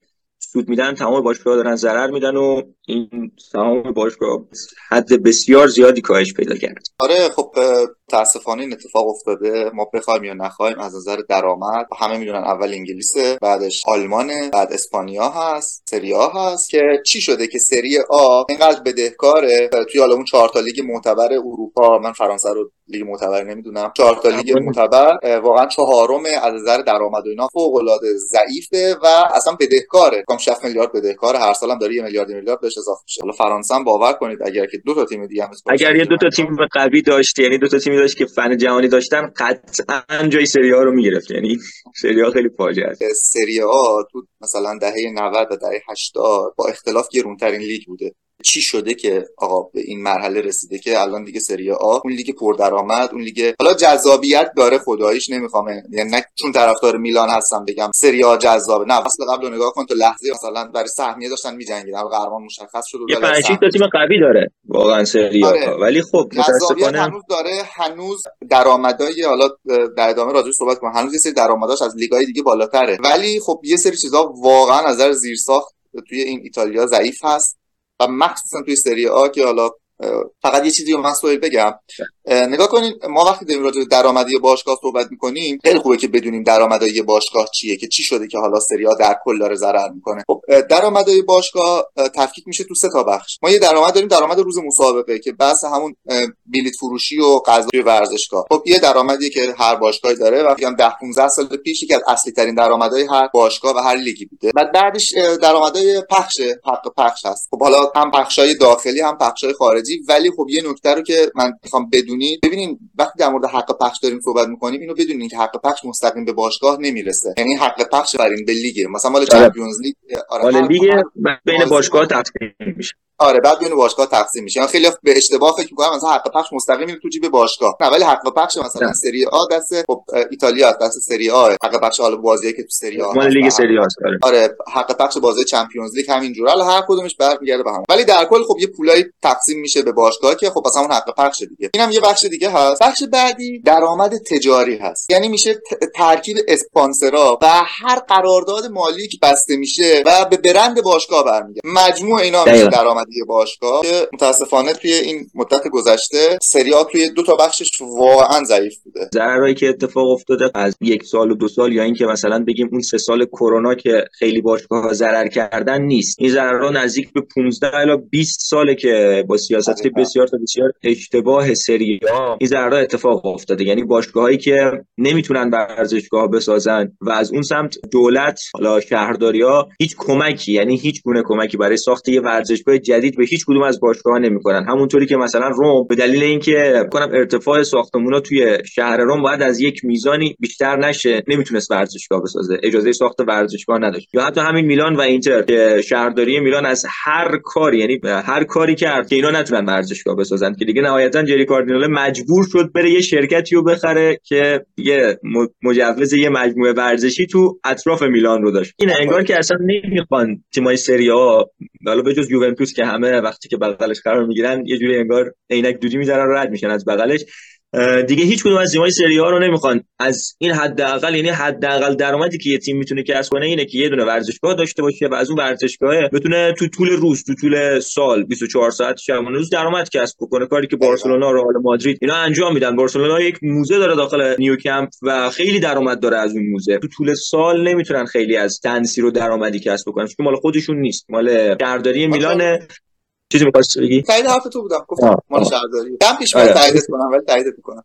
سود میدن، تمام باشگاه‌ها دارن ضرر میدن و این سهام باشگاه حد بسیار زیادی کاهش پیدا کرد. آره خب متاسفانه این اتفاق افتاده، ما بخوایم یا نخوایم. از نظر درآمد همه میدونن اول انگلیسه، بعدش آلمانه، بعد اسپانیا هست، سری آ هست. که چی شده که سری آ اینقدر بدهکاره توی حالا اون چهار تا لیگ معتبر اروپا، من فرانسه رو لیگ معتبر نمیدونم، چهار تا لیگ معتبر واقعا چهارم از نظر درآمد و اینا فوق العاده ضعیفه و اصلا بدهکاره. کم شصت میلیارد بدهکاره، هر سالم داره یه میلیارد میلیارد بهش اضافه میشه. حالا فرانسه هم باور کنید اگر که دو تا تیم دیگه هم اگر یه دو تا تیم قوی داشت، یعنی دو تا تیمی داشت که فن جهانی داشتن، قطعا جای سری آ رو میگرفت. یعنی سری آ خیلی فاجعه است. سری آ تو مثلا دهه نود و دهه هشتاد با اختلاف گرونترین لیگ بوده. چی شده که آقا به این مرحله رسیده که الان دیگه سری آ اون لیگ پردرآمد، اون لیگ حالا جذابیت داره، خداییش نمیخوام یعنی نه چون طرفدار میلان هستم بگم سری آ جذابه، نه اصلا قبل رو نگاه کن تو لحظه مثلا برای سهمیه داشتن میجنگیدن، قهرمان مشخص شد و یه پنج تا تیم قوی داره واقعا سری آ. آره. ولی خب متاسفانه هنوز داره، هنوز درآمدای حالا در ادامه راجعش صحبت کنم، هنوز یه سری درآمداش از لیگ‌های دیگه بالاتره، ولی خب یه سری چیزا واقعا از نظر زیرساخت توی این ایتالیا ضعیف هست و مخصوصا توی سری آ که حالا فقط یه چیزی رو من سوال بگم. نگاه کنین، ما وقتی داریم راجع به درآمدی باشگاه صحبت می‌کنیم خیلی خوبه که بدونیم درآمدی باشگاه چیه، که چی شده که حالا سری آ در کل داره ضرر میکنه. خب درآمدی باشگاه تفکیک میشه تو سه تا بخش. ما یه درآمد داریم، درآمد روز مسابقه که بحث همون بلیط فروشی و غذای ورزشگاه. خب یه درآمدی که هر باشگاهی داره و میگم ده پانزده سال پیش یکی از اصلی ترین درآمدهای هر باشگاه و هر لیگی بوده. بعد بعدش درآمدهای پخش، حق پخش هست. خب حالا هم پخشای داخلی هم پخشای خارجی خارجی. ولی خب یه نکته رو که من میخوام بدونید، ببینین وقتی در مورد حق پخش داریم صحبت میکنیم اینو بدونین که حق پخش مستقیم به باشگاه نمیرسه، یعنی حق پخش برین به لیگ، مثلا مال چمپیونز لیگ آره مال لیگ بین باشگاه تقسیم میشه. آره بعد بین باشگاه تقسیم میشه. یعنی خیلی به اشتباه فکر می‌کنن مثلا حق پخش مستقیم میره تو جیب باشگاه، نه ولی حق پخش مثلا سری آ دست خب ایتالیا دست سری آ، حق پخش حالا بازیایی که تو سری آ مال لیگ سری آ. آره حق پخش بازی چمپیونز لیگ همینجوره، حالا هر کدومش برمیگرده به هم، ولی در کل خب یه پولای تقسیم میشه به باشگاه که خب مثلا اون حق پخش دیگه. اینم یه بخش دیگه هست. بخش بعدی درآمد تجاری هست، یعنی میشه ترکیب اسپانسرها و هر قرارداد مالی که بسته میشه و به برند باشگاه برمیگرده، مجموع اینا میشه درآمدی باشگاه که متاسفانه توی این مدت گذشته سری آ توی دو تا بخشش واقعا ضعیف بوده. ضرری که اتفاق افتاده از یک سال و دو سال یا اینکه مثلا بگیم اون سه سال کرونا که خیلی باشگاه‌ها ضرر کردن نیست، این ضررها نزدیک به پانزده الی بیست ساله که با سیاست بسیار تا بسیار اشتباه سری آ این ضررها اتفاق افتاده. یعنی باشگاهایی که نمیتونن ورزشگاه بسازن و از اون سمت دولت حالا شهرداری‌ها هیچ کمکی، یعنی هیچ گونه کمکی برای ساخت یه ورزشگاه جدید به هیچ کدوم از باشگاه‌ها نمی‌کنن. همونطوری که مثلا روم به دلیل اینکه کنم ارتفاع ساختمان‌ها توی شهر روم باید از یک میزانی بیشتر نشه نمیتونست ورزشگاه بسازه، اجازه ساخت ورزشگاه نداشت. یا حتی همین میلان و اینتر که شهرداری میلان از هر کاری، یعنی هر کاری کرد که اینا نتونن ورزشگاه بسازن، که دیگه نهایتاً جری کاردینال مجبور شد بره یه شرکتی رو بخره که یه مجوز یه مجموعه ورزشی تو اطراف میلان رو داشت. این انگار که اصلا نمیخوان تیمای سری آ، حالا به جز یوونتوس که همه وقتی که بغلش قرار میگیرن یه جوری انگار عینک دودی میذارن و رد میشن از بغلش، دیگه هیچ کدوم از تیم‌های سری آ رو نمیخوان از این حداقل، یعنی حداقل درآمدی که یه تیم میتونه کسب کنه اینه که یه دونه ورزشگاه داشته باشه و از اون ورزشگاه بتونه تو طول روز، تو طول سال بیست و چهار ساعت شبانه روز درآمد کسب کنه، کاری که بارسلونا، رئال مادرید اینا انجام میدن. بارسلونا یک موزه داره داخل نیوکمپ و خیلی درآمد داره از اون موزه. تو طول سال نمیتونن خیلی از تنسیر و درآمدی کسب کنن چون مال خودشون نیست، مال شهرداری میلانه. چیزی می‌خواستی بگی؟ تایید حرف تو بودم، گفتم مال شهرداری. کم پیش میاد تایید کنم ولی تایید میکنم.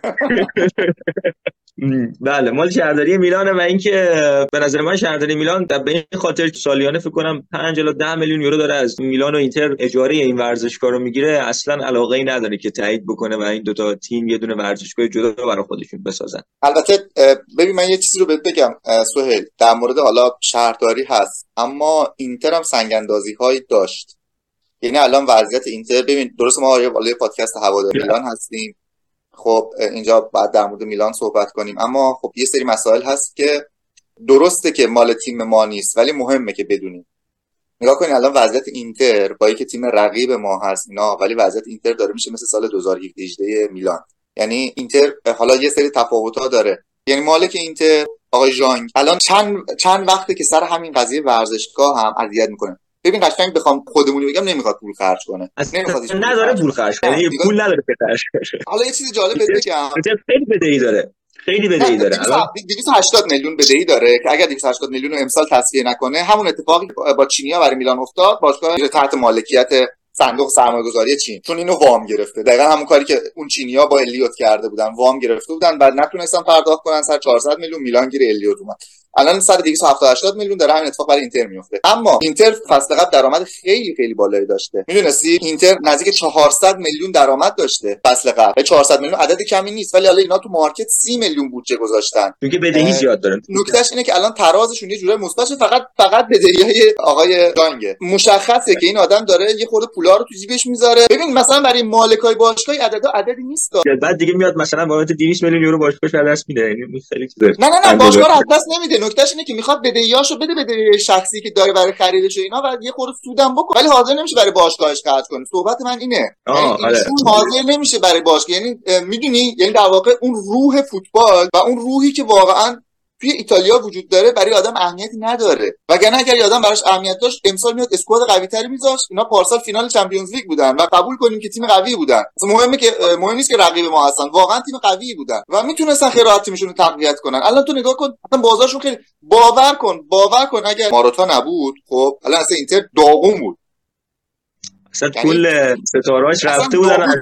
بله مال شهرداری میلانه و اینکه به نظر من شهرداری میلان به این خاطر سالیانه فکر کنم پنج الی ده میلیون یورو داره از میلان و اینتر اجاره این ورزشگاه رو میگیره، اصلا علاقه‌ای نداره که تایید بکنه و این دوتا تیم یه دونه ورزشگاه جدا برای خودشون بسازن. البته ببین من یه چیزی رو بهت بگم سهیل، در مورد حالا شهرداری هست اما اینتر هم سنگ اندازی‌هایی داشت. یعنی الان وضعیت اینتر ببین، درست ما بالای پادکست هوادار میلان هستیم، خب اینجا بعد در مورد میلان صحبت کنیم، اما خب یه سری مسائل هست که درسته که مال تیم ما نیست ولی مهمه که بدونیم. نگاه کنید الان وضعیت اینتر با اینکه تیم رقیب ما هست اینا، ولی وضعیت اینتر داره میشه مثل سال دو هزار و هجده میلان. یعنی اینتر حالا یه سری تفاوت‌ها داره. یعنی مالک اینتر آقای ژانگ الان چند چند وقته که سر همین قضیه ورزشگاه هم اذیت میکنه. ببین قشنگ بخوام خودمونی بگم نمیخواد پول خرج کنه، نمیخواد، نداره پول خرج کنه، یعنی پول نداره که خرج کنه. حالا یه چیز جالب بهت بگم، خیلی بدهی داره، خیلی بدهی داره. دویست و هشتاد میلیون بدهی داره که اگر دویست و هشتاد میلیون رو امسال تصفیه نکنه، همون اتفاقی با چینی‌ها برای میلان افتاد، باشگاه میره تحت مالکیت صندوق سرمایه‌گذاری چین، چون اینو وام گرفته. دقیقاً همون کاری که اون چینی‌ها با الیوت کرده بودن، وام گرفته بودن بعد نتونستن پرداخت کنن، سر چهارصد میلیون میلان گیر الیوت اومد. الان سر دویست و هفتاد و هشت میلیون داره همین اتفاق برای اینتر میفته. اما اینتر فصل قبل درآمد خیلی خیلی بالایی داشته. میدونستی اینتر نزدیک چهارصد میلیون درآمد داشته فصل قبل. چهارصد میلیون عدد کمی نیست ولی حالا اینا تو مارکت سی میلیون بودجه گذاشتن. میگه بدهی زیاد دارن. نکتهش اینه که الان ترازشون یه جوره مثبت، فقط فقط بدهیای آقای جانگه. مشخصه که این آدم داره یه خورده پولا رو تو جیبش میذاره. ببین مثلا برای مالکای باشگاه عدد عددی نیست. بعد دیگه میاد مثلا بابت دویست میلیون یورو باشگاهش از دست میده. یعنی خیلی چیزه. نه نه نه باشگاه رو از دست نمیده. نکتهش اینه که میخواد بدهیاشو بده، بدهی شخصی که داره برای خریدش و اینا، بعد یه خورده سودم بکنه ولی حاضر نمیشه برای باشگاهش خرج کنه. صحبت من اینه، یعنی ایشون حاضر نمیشه برای باشگاه، یعنی میدونی، یعنی در واقع اون روح فوتبال و اون روحی که واقعا توی ایتالیا وجود داره برای آدم اهمیتی نداره. وگرنه اگر یه آدم براش اهمیت داشت امسال میاد اسکواد قوی‌تری میذاشت. اینا پارسال فینال چمپیونز لیگ بودن و قبول کنیم که تیم قوی بودن، اصلا مهمه که مهم نیست که رقیب ما هستن، واقعا تیم قوی بودن و میتونستن خیلی راحت تیمشون رو تقویت کنن. الان تو نگاه کن اصلا بازارشون خیلی، باور کن باور کن اگر ماراتا نبود خب الان اصلا اینتر داغون بود، اصلا کل ستاره‌اش رفته بودن.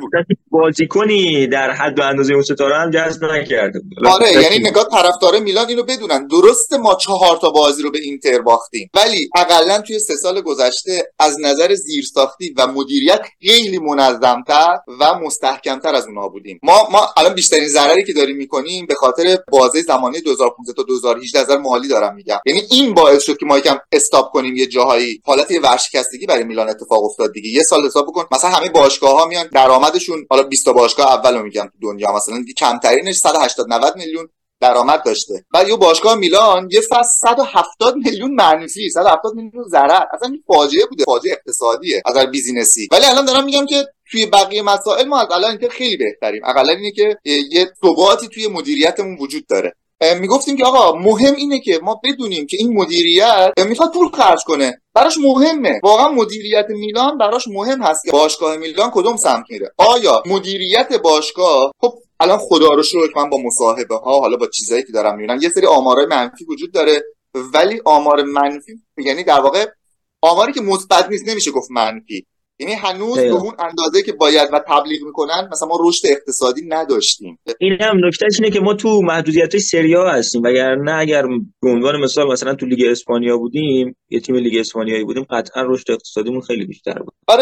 بازیکنی در حد و اندازه اون ستاره هم جذب نکرده. آره یعنی نگاه طرفدار میلان اینو بدونن، درسته ما چهار تا بازی رو به اینتر باختیم ولی حداقل توی سه سال گذشته از نظر زیرساختی و مدیریت خیلی منظم‌تر و مستحکم‌تر از اونها بودیم. ما ما الان بیشترین ضرری که داریم می‌کنیم به خاطر بازه زمانی دو هزار و پانزده تا دو هزار و هجده نظر مالی دارم میگم، یعنی این باعث شد که ما یکم استاپ کنیم، یه جاهایی حالت یه ورشکستگی برای میلان اتفاق افتاد دیگه. یه سال حساب بکن مثلا همه باشگاه‌ها میان درآمدشون، حالا بیست تا باشگاه اولو میگم تو دنیا، مثلا کمترینش صد و هشتاد نود میلیون درآمد داشته، بعد یه باشگاه میلان یه فصل صد و هفتاد میلیون منفی، صد و هفتاد میلیون ضرر. اصلا این فاجعه بوده، فاجعه اقتصادیه از نظر بیزینسی. ولی الان دارم میگم که توی بقیه مسائل ما از الان اینکه خیلی بهتریم. اقلا اینه که یه ثباتی توی مدیریتمون وجود داره. میگفتیم که آقا مهم اینه که ما بدونیم که این مدیریت میخواد پول خرج کنه، براش مهمه. واقعا مدیریت میلان براش مهم هست که باشگاه میلان کدوم سمت میره. آیا مدیریت باشگاه، خب الان خدا رو شکر من با مصاحبه ها، حالا با چیزایی که دارم میبینم، یه سری آمارای منفی وجود داره، ولی آمار منفی یعنی در واقع آماری که مثبت نیست، نمیشه گفت منفی، یعنی هنوز به اون اندازه که باید و تبلیغ میکنن مثلا ما رشد اقتصادی نداشتیم. این هم نکتهش اینه که ما تو محدودیت‌های سری آ هستیم، وگرنه اگر به عنوان مثال مثلا تو لیگ اسپانیا بودیم، یه تیم لیگ اسپانیایی بودیم، قطعا رشد اقتصادیمون خیلی بیشتر بود. آره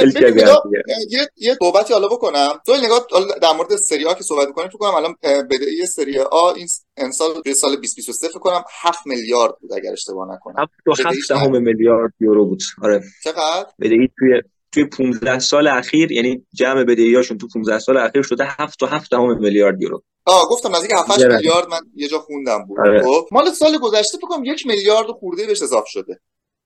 یه یه صحبتی حالا بکنم. تو نگاه در مورد سری آ که صحبت می‌کنیم، تو کنم الان بدهی سری آ این امسال توی سال بیست و بیست و سه فکر کنم هفت میلیارد بود اگر اشتباه نکنم. هفت و هفت میلیارد یورو بود. آره. چقدر؟ بدهی توی توی پانزده سال اخیر، یعنی جمع بدهیاشون تو پانزده سال اخیر شده هفت و هفت دهم میلیارد یورو. آه گفتم نزدیک هفت میلیارد من یه جا خوندم بود. آره. خب مال سال گذشته فکر کنم یک میلیارد خورده بهش اضافه شده.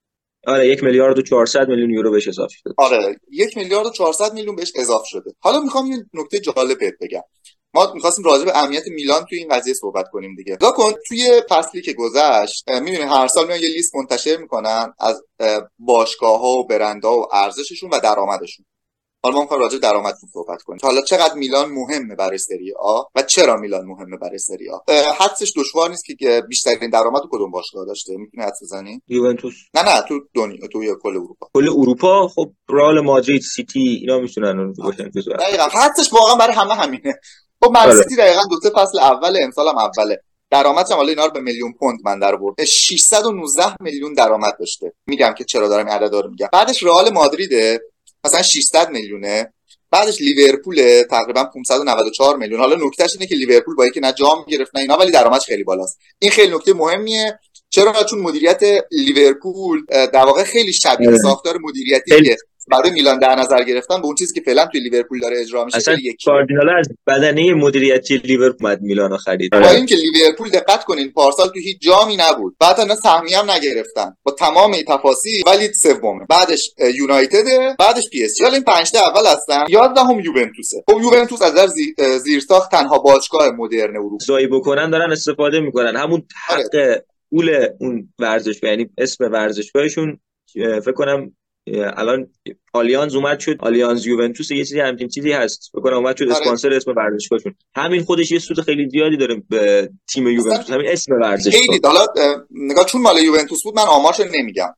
آره یک میلیارد و چهارصد میلیون یورو بهش اضافه شده. آره یک میلیارد و چهارصد میلیون بهش اضافه شده. حالا میخوام یه نکته جالب بهت بگم. ما می‌خواستیم راجع به اهمیت میلان توی این قضیه صحبت کنیم دیگه. نگاه کن توی فصلی که گذشت، می‌دونی هر سال میان یه لیست منتشر میکنن از باشگاه‌ها و برندها و ارزششون و درآمدشون. حالا ما می‌خوایم راجع به درآمدشون صحبت کنیم. حالا چقدر میلان مهمه برای سری آ و چرا میلان مهمه برای سری آ؟ حدسش دشوار نیست که بیشترین درآمد کدوم باشگاه داشته؟ می‌تونی حدس بزنی؟ یوونتوس. نه نه تو دنیا، تو کل اروپا. کل اروپا خب رئال مادرید، سیتی اینا میتونن اون باشن جزو. دقیقاً حدسش واقعا برای همه همینه. خب من سیتی دقیقاً دو تا فصل اول امسال هم اوله. درآمدش هم حالا اینا رو به میلیون پوند من در آورد. ششصد و نوزده میلیون درآمد داشته. میگم که چرا دارم این عددا رو میگم. بعدش رئال مادرید مثلا ششصد میلیونه. بعدش لیورپول تقریبا پانصد و نود و چهار میلیون. حالا نکتهش اینه که لیورپول با اینکه نه جام گرفت نه اینا، ولی درآمدش خیلی بالاست. این خیلی نکته مهمیه. چرا؟ چون مدیریت لیورپول در واقع خیلی شبیه ساختار مدیریتی که برای میلان در نظر گرفتن به اون چیزی که فعلا توی لیورپول داره اجرا میشه. اصلا کاردینال از بدنه مدیریتی لیورپول اومد میلانو خرید. با اینکه لیورپول دقت کنین پارسال تو هیچ جامی نبود، بعد اینا سهمیه هم نگرفتن با تمام تفاصیل، ولی سومه. بعدش یونایتد، بعدش پی اس جی. حالا این پنج تا اول هستن. یازدهم یوونتوسه. خب یوونتوس از نظر زیرساخت تنها باشگاه مدرن اروپا زایی بکنن دارن استفاده میکنن همون حق پول اون ورزشگاه، یعنی اسم ورزشگاهشون فکر کنم الان آلیانز اومد شد، آلیانز یوونتوس، یه چیزی همین چیزی هست فکر کنم اومد شد اسپانسر اسم ورزشگاهشون. همین خودش یه سود خیلی زیادی داره به تیم یوونتوس، همین اسم ورزشگاه. خیلی حالا نگاه چون مال یوونتوس بود من آمارشو نمیگم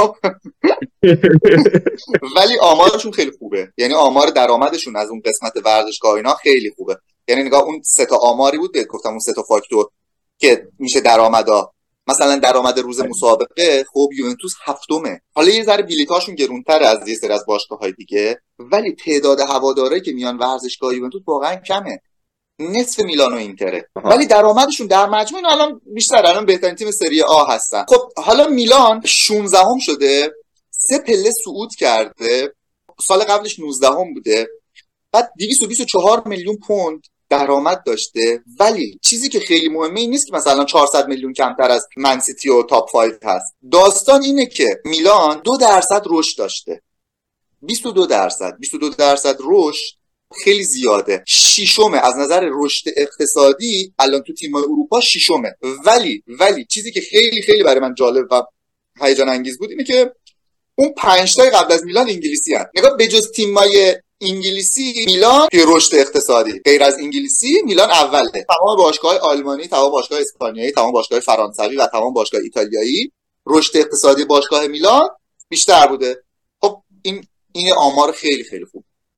ولی آمارشون خیلی خوبه، یعنی آمار درآمدشون از اون قسمت ورزشگاه اینا خیلی خوبه. یعنی نگاه اون سه تا آماری بود بهت گفتم، اون سه تا فاکتور که میشه درآمدا. مثلا درآمد روز مسابقه خب یوونتوس هفتمه. حالا یه ذره بلیطاشون گرونتره از یه سری از باشگاه‌های دیگه، ولی تعداد هوادارایی که میان ورزشگاه یوونتوس واقعا کمه، نصف میلان و اینتره. ولی درآمدشون در مجموع الان بیشتر، الان بهترین تیم سری آ هستن. خب حالا میلان شانزدهم شده، سه پله صعود کرده، سال قبلش نوزدهم بوده، بعد دویست و بیست و چهار میلیون پوند درآمد داشته. ولی چیزی که خیلی مهمه این نیست که مثلا چهارصد میلیون کمتر از من سیتی و تاپ پنج هست. داستان اینه که میلان دو درصد رشد داشته. بیست و دو درصد بیست و دو درصد رشد خیلی زیاده. ششمه از نظر رشد اقتصادی الان تو تیم‌های اروپا ششمه. ولی ولی چیزی که خیلی خیلی برای من جالب و هیجان انگیز بود اینه که اون پنج تا قبل از میلان انگلیسی هست. نگاه بجز تیم‌های انگلیسی میلان توی رشد اقتصادی، غیر از انگلیسی میلان اوله. تمام باشگاه‌های آلمانی، تمام باشگاه اسپانیایی، تمام باشگاه فرانسوی و تمام باشگاه ایتالیایی رشد اقتصادی باشگاه میلان بیشتر بوده. خب این این آمار خیلی خیلی خوب.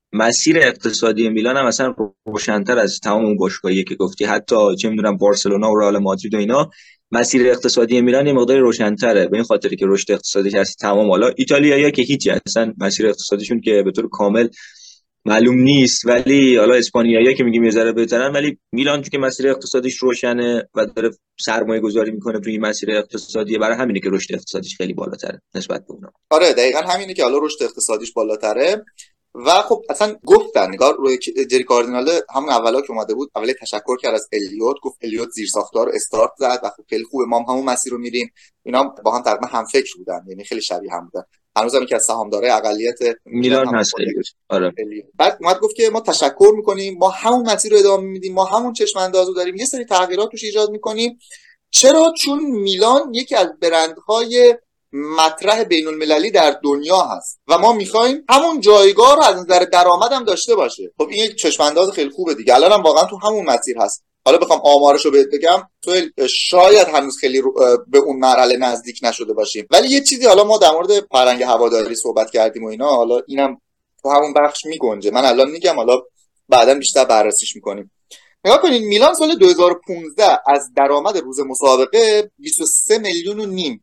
مسیر اقتصادی میلان هم اصلا روشن‌تر از تمام اون باشگاهایی که گفتی، حتی چه میدونم بارسلونا و رئال مادرید و اینا. مسیر اقتصادی میلان یه مقدار روشن‌تره، به این خاطری که رشد اقتصادیش از تمام، حالا ایتالیایی‌ها که هیچ اصلا مسیر اقتصادیشون که به طور کامل معلوم نیست، ولی حالا اسپانیایی‌ها که میگیم یه ذره بهترن، ولی میلان چون که مسیر اقتصادیش روشنه و داره سرمایه گذاری میکنه توی این مسیر اقتصادی، برای همینه که رشد اقتصادیش خیلی بالاتره نسبت به اونا. آره دقیقاً همینه که حالا رشد اقتصادیش بالاتره. و خب اصلا گفتن نگار روی جری کاردینال همون اولا که اومده بود، اولی تشکر کرد از الیوت، گفت الیوت زیر ساختار استارت زد و خب خیلی خوبه، ما هم همون مسیر رو میریم. اینا با هم تقریبا هم فکر بودن، یعنی خیلی شبیه هم بودن. هنوزم که از سهامدارای اقلیت میلان هست الیوت. آره. بعد اومد گفت که ما تشکر میکنیم، ما همون مسیر رو ادامه میدیم، ما همون چشم اندازو داریم، یه سری تغییرات توش ایجاد میکنیم. چرا؟ چون میلان یکی از برندهای مطرح بین المللی در دنیا هست و ما میخوایم همون جایگاه رو از نظر درآمد هم داشته باشه. خب این یک چشم انداز خیلی خوبه دیگه. الان هم واقعا تو همون مسیر هست. حالا بخوام آمارشو بهت بگم، تو شاید هنوز خیلی به اون مرحله نزدیک نشده باشیم، ولی یه چیزی، حالا ما در مورد فرهنگ هواداری صحبت کردیم و اینا، حالا اینم تو همون بخش میگنجه. من الان میگم، حالا بعداً بیشتر بررسیش میکنیم. نگاه کنین، میلان سال دو هزار و پانزده از درآمد روز مسابقه بیست و سه میلیون و نیم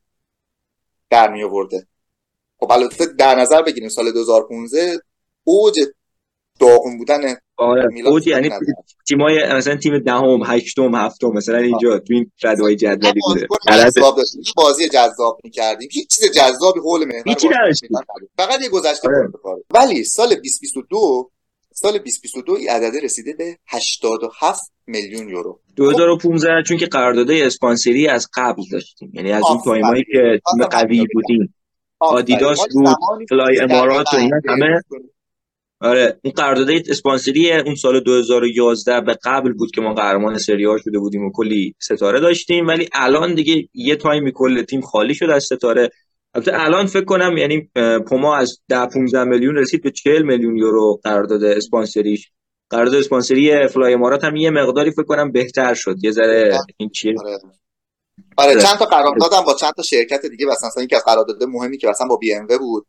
در می آورده. خب البته در نظر بگیریم سال دو هزار و پانزده اوج داغون بودن آره اوج، یعنی تیمای مثلا تیم دهم، هشتم، هفتم مثلا اینجا تو این ردای جدولی بوده. جذاب داشتیم، بازی جذاب می‌کردیم، هیچ چیز جذابی حول محور فقط یه گذشته بود. ولی سال بیست و بیست و دو سال بیست و بیست و دو این عدد رسیده به هشتاد و هفت میلیون یورو. دو هزار و پانزده چون که قرارداد اسپانسری از قبل داشتیم، یعنی از اون تایمایی که تیم قوی بودیم، آدیداس بود، فلای امارات و اینا همه. آره اون قرارداد اسپانسری اون سال دو هزار و یازده به قبل بود که ما قهرمان سری آ شده بودیم و کلی ستاره داشتیم، ولی الان دیگه یه تایمی کل تیم خالی شد از ستاره. البته الان فکر کنم یعنی پوما از ده پانزده میلیون رسید به چهل میلیون یورو قرارداد اسپانسریش. قرارداد اسپانسری فلای امارات هم یه مقداری فکر کنم بهتر شد، یه ذره این چیه. آره. آره چند تا قراردادم با چند تا شرکت دیگه، مثلا مثلا یکی از قراردادهای مهمی که مثلا با بی ام و بود.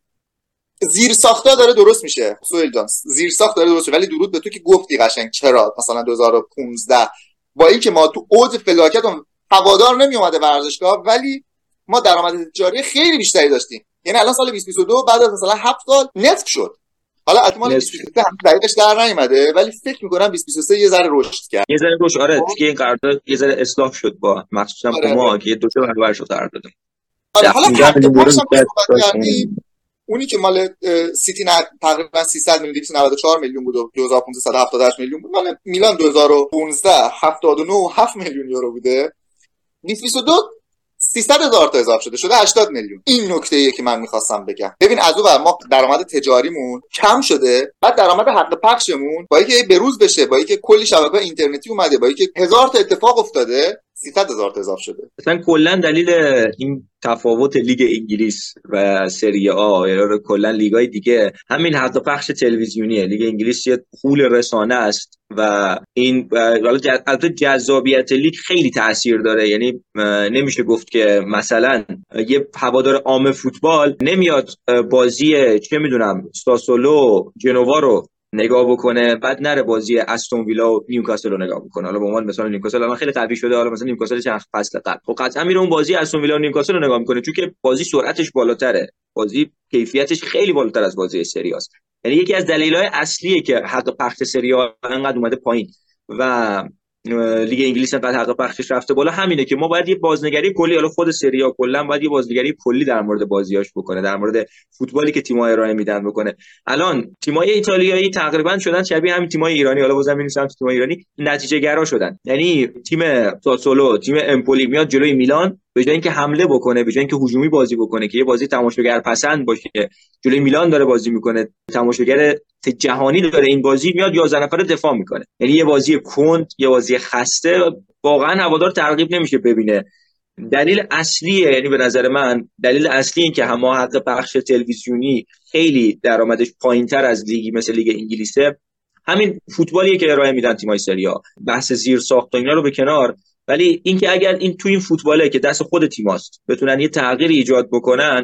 زیر ساختا داره درست میشه سویل جان، زیر ساخت داره درست میشه، ولی درود به تو که گفتی قشنگ چرا مثلا دو هزار و پانزده با اینکه ما تو اوج فلاکت اون هوادار نمی اومده ورزشگاه، ولی ما درآمد تجاری خیلی بیشتری داشتیم. یعنی الان سال بیست و بیست و دو بعد از مثلا هفت سال نصف شد. حالا احتمال بیست و بیست و سه هم دقیقش در نیومده، ولی فکر می‌کنم بیست و بیست و سه یه ذره رشد کرد. یه ذره رشد، آره دیگه این قرارداد یه ذره اصلاح شد با مخصوصا آره ما آره. که یه دو تا برابر شد قرارداد. آره حالا حق پخش هم صحبت کردیم، اونی که مال سیتی نه تقریبا سیصد میلیون دویست و نود و چهار میلیون بود و دو هزار و پانزده صد و هفتاد و هشت میلیون بود. مال میلان دو هزار و پانزده هفتاد و نه و هفت میلیون یورو بوده. بیست و بیست و دو سیصد هزار تا اضافه شده، شده هشتاد میلیون. این نکته ایه که من می‌خواستم بگم. ببین از اون ور ما درآمد تجاریمون کم شده، بعد درآمد حق پخشمون با اینکه به روز بشه، با اینکه کلی شبکه‌های اینترنتی اومده، با اینکه هزار تا اتفاق افتاده، سیصد هزار تا اضافه شده. مثلا کلا دلیل این تفاوت لیگ انگلیس و سری آ یا کلا لیگای دیگه همین حق پخش تلویزیونیه. لیگ انگلیس یه پول رسانه است و این البته جذابیت لیگ خیلی تاثیر داره. یعنی نمیشه گفت که مثلا یه هوادار عام فوتبال نمیاد بازی چه میدونم ساسولو جنوا رو نگاه بکنه بعد نره بازی استون ویلا و نیوکاسل رو نگاه بکنه. حالا به عنوان مثلا نیوکاسل الان خیلی قوی شده، حالا مثلا نیوکاسل چند فصل قبل خب قطعا میره اون بازی استون ویلا و نیوکاسل رو نگاه میکنه، چون که بازی سرعتش بالاتره، بازی کیفیتش خیلی بالاتر از بازی سری آ است. یعنی یکی از دلایل اصلیه که حق پخش سری آ انقدر اومده پایین و لیگ انگلیس انقدر حق پخشش رفته بالا، همینه که ما باید یه بازنگری کلی، حالا خود سری آ کلا باید یه بازنگری کلی در مورد بازیاش بکنه، در مورد فوتبالی که تیم‌ها ارائه میدن بکنه. الان تیم‌های ایتالیایی تقریبا شدن شبیه همین تیم‌های ایرانی، حالا بازم می‌نویسم تیم‌های ایرانی نتیجه گرا شدن. یعنی تیم ساسولو، تیم امپولی میاد جلوی میلان، به جای اینکه حمله بکنه، به جای اینکه هجومی بازی بکنه که یه بازی تماشاگر پسند باشه، جلوی میلان داره بازی میکنه، تماشاگر جهانی داره این بازی، میاد یازده نفره دفاع میکنه. یعنی یه بازی کند، یه بازی خسته، واقعا هوادار ترغیب نمیشه ببینه. دلیل اصلیه، یعنی به نظر من دلیل اصلی این که هم حق پخش تلویزیونی خیلی درآمدش پایینتر از لیگی مثل لیگ انگلیسه، همین فوتبالیه که ارائه میدن تیم‌های سری آ. بحث زیر ساخت و اینا رو به کنار، ولی اینکه اگر این تو این فوتباله که دست خود تیماست بتونن یه تغییر ایجاد بکنن،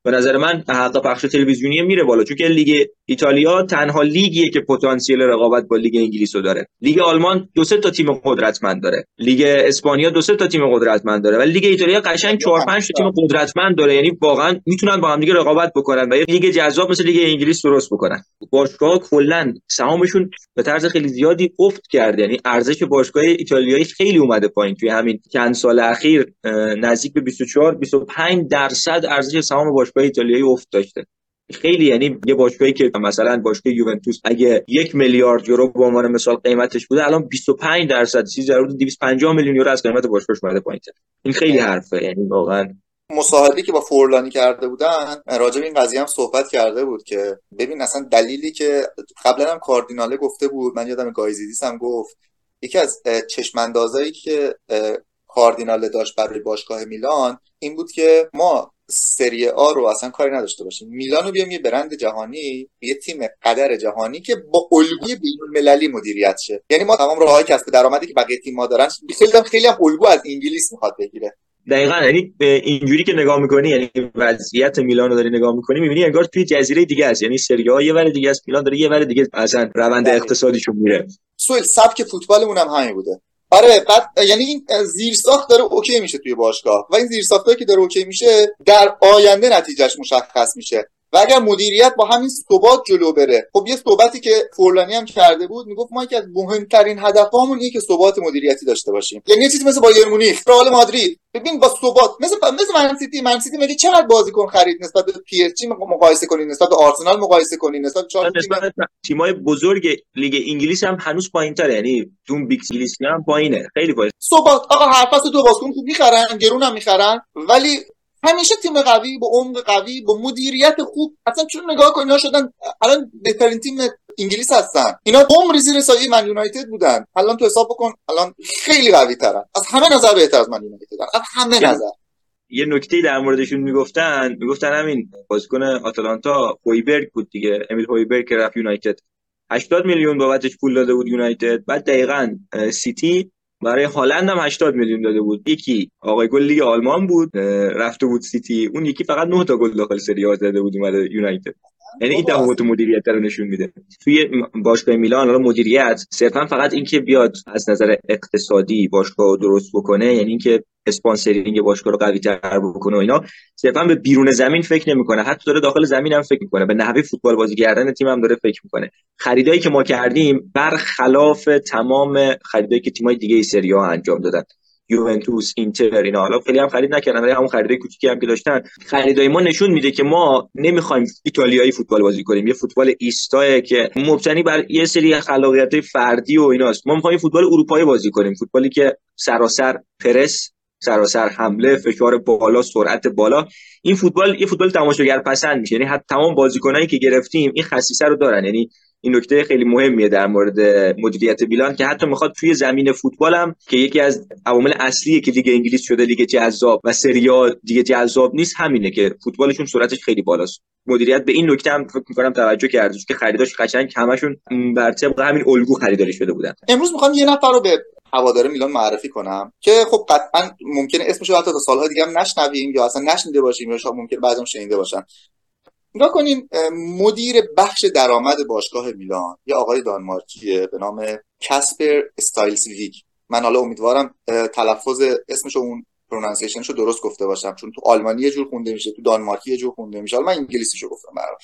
به نظر من حق پخش تلویزیونی میره بالا، چون که لیگ ایتالیا تنها لیگیه که پتانسیل رقابت با لیگ انگلیس رو داره. لیگ آلمان دو سه تا تیم قدرتمند داره، لیگ اسپانیا دو سه تا تیم قدرتمند داره، ولی لیگ ایتالیا قشنگ چهار پنج تا تیم قدرتمند داره، یعنی واقعا میتونن با هم دیگه رقابت بکنن و یه لیگ جذاب مثل لیگ انگلیس درست بکنن. باشگاه‌ها کلا سهامشون به طرز خیلی زیادی افت کرده، یعنی ارزش باشگاه ایتالیایی خیلی اومده پایین توی همین چند سال اخیر، نزدیک به بیست و چهار بیست و پنج درصد ارزش سهام باشگاه ایتالیایی افت داشته. خیلی، یعنی یه باشگاهی که مثلا باشگاه یوونتوس اگه یک میلیارد یورو به عنوان مثال قیمتش بوده، الان بیست و پنج درصد چیزی در حدود دویست و پنجاه میلیون یورو از قیمت باشگاهش اومده پایین‌تر. این خیلی حرفه، یعنی واقعا. مصاحبه‌ای که با فورلانی کرده بودن راجع به این قضیه هم صحبت کرده بود که ببین اصلا دلیلی که قبلا هم کاردیناله گفته بود، من یادم گایزیدیس هم گفت، یکی از چشم اندازایی که کاردیناله داشت برای باشگاه میلان این بود که ما سری آ رو اصلا کاری نداشته باشیم، میلان رو بیام یه برند جهانی، یه تیم قدر جهانی که با الگوی بین‌المللی مدیریت شه. یعنی ما تمام راههای کسب درآمدی که بقیه تیم‌ها دارن خیلی خیلی هم الگو از انگلیس میخواد بگیره. دقیقاً، یعنی اینجوری که نگاه می‌کنی، یعنی وضعیت میلان رو داری نگاه می‌کنی، می‌بینی انگار توی جزیره دیگه است، یعنی سری آ یه ور دیگه است، میلان داره یه ور دیگه اصلا روند اقتصادیشون میره. سوال سبک فوتبالمون هم همین بوده. آره، بعد یعنی این زیرساخت داره اوکی میشه توی باشگاه و این زیرساختایی که داره اوکی میشه در آینده نتیجهش مشخص میشه و اگر مدیریت با همین ثبات جلو بره. خب یه صحبتی که فورلانی هم کرده بود، میگفت ما یکی از مهمترین هدفامون اینه که ثبات مدیریتی داشته باشیم. یعنی یه چیزی مثل بایر مونیخ، رئال مادرید، ببین با ثبات، مثل مثل من سیتی من سیتی میگه چقدر بازیکن خرید نسبت به پی اس جی مقایسه کنین، نسبت به آرسنال مقایسه کنین، نسبت به چهار تیم تیمای بزرگ لیگ انگلیس هم هنوز پایین‌تره، یعنی اون بیگ انگلیس هم پایینه، خیلی پایین. ثبات آقا هر فصل دو بازیکن خوب میخرن، گرون هم میخرن، ولی همیشه تیم قوی با عمق قوی با مدیریت خوب. اصلا چون نگاه کن اینا شدن الان بهترین تیم انگلیس هستن، اینا عمر زیر سایه من یونایتد بودن، الان تو حساب بکن الان خیلی قوی ترن، از همه نظر بهتر از من یونایتد، از همه نظر. یه نکته در موردشون میگفتن میگفتن همین بازیکن آتالانتا هویبرگ بود دیگه، امیل هویبرگ که رفت یونایتد، هشتاد میلیون بابتش پول داده بود یونایتد. بعد دقیقاً سیتی برای هالند هم هشتاد میلیون داده بود. یکی آقای گل لیگ آلمان بود رفته بود سیتی، اون یکی فقط نه تا گل داخل سری آ زده بود اومده یونایتد. یعنی این تفاوت مدیریت رو نشون میده. توی باشگاه میلان الان مدیریت صرفا فقط این که بیاد از نظر اقتصادی باشگاه رو درست بکنه، یعنی اینکه اسپانسرینگ باشگاه رو قوی تر بکنه و اینا، صرفا به بیرون زمین فکر نمیکنه، حتی داره داخل زمین هم فکر میکنه، به نحوه فوتبال بازی کردن تیم هم داره فکر میکنه. خریدایی که ما کردیم برخلاف تمام خریدایی که تیم‌های دیگه سری آ انجام دادن، یوونتوس، اینتر، اینا حالا خیلی هم خرید نکردن ولی همون خریدای کوچیکی هم که داشتن، خریدای ما نشون میده که ما نمیخوایم ایتالیایی فوتبال بازی کنیم، یه فوتبال ایستایه که مبتنی بر یه سری خلاقیت‌های فردی و ایناست. ما میخوایم فوتبال اروپایی بازی کنیم، فوتبالی که سراسر پرس، سراسر حمله، فشار بالا، سرعت بالا. این فوتبال یه فوتبال تماشاگر پسند میشه، یعنی حتی تمام بازیکنایی که گرفتیم این خصیصه رو دارن. یعنی این نکته خیلی مهمیه در مورد مدیریت میلان که حتی میخواد توی زمین فوتبال هم که یکی از عوامل اصلیه که لیگ انگلیس شده لیگ جذاب و سری آ دیگه جذاب نیست، همینه که فوتبالشون سرعتش خیلی بالاست. مدیریت به این نکته هم فکر می‌کنم توجه کرده که خریداش قشنگ همشون بر طبق همین الگو خریداری شده بودن. امروز میخوام یه نفر رو به هوادار میلان معرفی کنم که خب قطعا ممکنه اسمش رو حتی تا سال‌های دیگه هم نشنویم یا اصلا نشنیده باشیم یا شاید ممکنه بعضی‌ها شنیده باشن. نگاه کنین، مدیر بخش درآمد باشگاه میلان یه آقای دانمارکیه به نام کاسپر استایلسویگ. من حالا امیدوارم تلفظ اسمش و اون پرونانسیشنشو درست گفته باشم، چون تو آلمانی یه جور خونده میشه، تو دانمارکی یه جور خونده میشه، حالا من انگلیسیشو گفتم برام.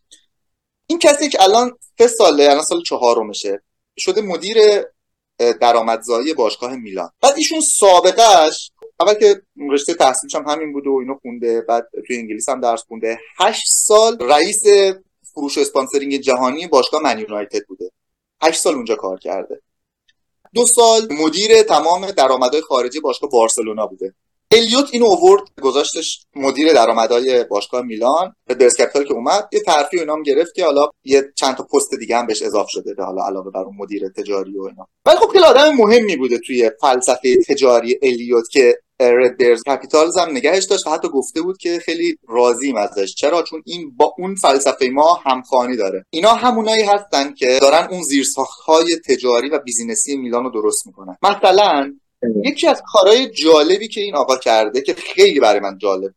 این کسی که الان سه ساله، الان سال چهارمشه، شده مدیر درآمدزایی باشگاه میلان. بعد ایشون سابقهش اول که رشته تحصیلش هم همین بود و اینو خونده، بعد توی انگلیس هم درس خونده، هشت سال رئیس فروش اسپانسرینگ جهانی باشگاه من یونایتد بوده، هشت سال اونجا کار کرده. دو سال مدیر تمام درآمدهای خارجی باشگاه بارسلونا بوده. الیوت اینو آورد گذاشتش مدیر درآمدهای باشگاه میلان، به برس کپیتال که اومد یه ترفیع اینام گرفت که حالا یه چند تا پست دیگه هم بهش اضافه شده به حالا علاوه بر اون مدیر تجاری و اینا. ولی خب خیلی آدم مهمی بوده توی فلسفه تجاری الیوت که رد برز کپیتالز هم نگهش داشت و حتی گفته بود که خیلی راضیم ازش. چرا؟ چون این با اون فلسفه ما همخوانی داره. اینا همونایی هستن که دارن اون زیرساخت‌های تجاری و بیزینسی میلان رو درست میکنن. مثلا یکی از کارهای جالبی که این آقا کرده که خیلی برای من جالب بود،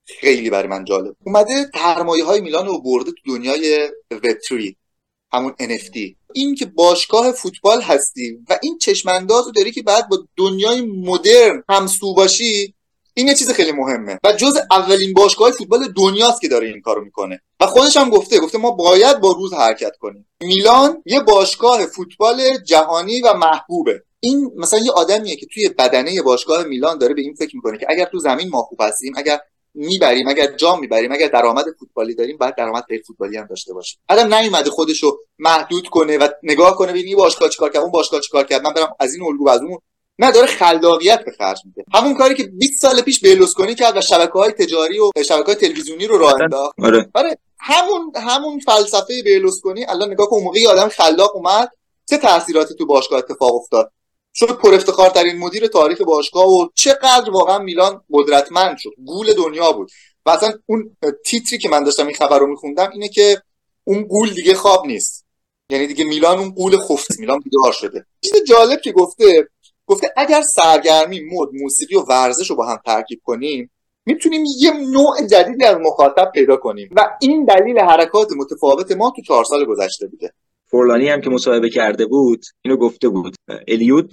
خیلی برای من جالب اومده سرمایه‌های میلان رو برده تو دنیای وب تری، همون ان اف تی. این که باشگاه فوتبال هستی و این چشمانداز رو داری که بعد با دنیای مدرن همسو باشی، این یه چیز خیلی مهمه و جز اولین باشگاه فوتبال دنیاست که داره این کارو میکنه و خودش هم گفته گفته ما باید با روز حرکت کنیم. میلان یه باشگاه فوتبال جهانی و محبوبه. این مثلا یه آدمیه که توی بدنه باشگاه میلان داره به این فکر میکنه که اگر تو زمین ما خوب هستیم، اگر میبریم، اگر جام میبریم، اگر درآمد فوتبالی داریم، باید درآمد غیر فوتبالی هم داشته باشیم. آدم نیومده خودشو محدود کنه و نگاه کنه ببین این باشگاه چیکار کرد، اون باشگاه چیکار کرد، من برم از این الگو از اون. نه، داره خلاقیت به خرج میده. همون کاری که بیست سال پیش برلوسکونی کرد و شبکه‌های تجاری و شبکه‌های تلویزیونی رو راه انداخت. آره. آره همون همون فلسفه برلوسکونی. الان نگاه کن، اون موقعی آدم خلاق اومد چه تأثیراتی تو باشگاه اتفاق افتاد. شد پر افتخار ترین مدیر تاریخ باشگاه و چقدر واقعا میلان قدرتمند شد، گول دنیا بود. و اصلا اون تیتری که من داشتم این خبر رو میخوندم اینه که اون گول دیگه خواب نیست، یعنی دیگه میلان اون گول خفت، میلان بیدار شده. چیز جالب که گفته گفته اگر سرگرمی، مد، موسیقی و ورزش رو با هم ترکیب کنیم میتونیم یه نوع جدیدی از مخاطب پیدا کنیم و این دلیل حرکات متفاوت ما تو چهار سال گذشته بوده. فورلانی هم که مصاحبه کرده بود اینو گفته بود، الیوت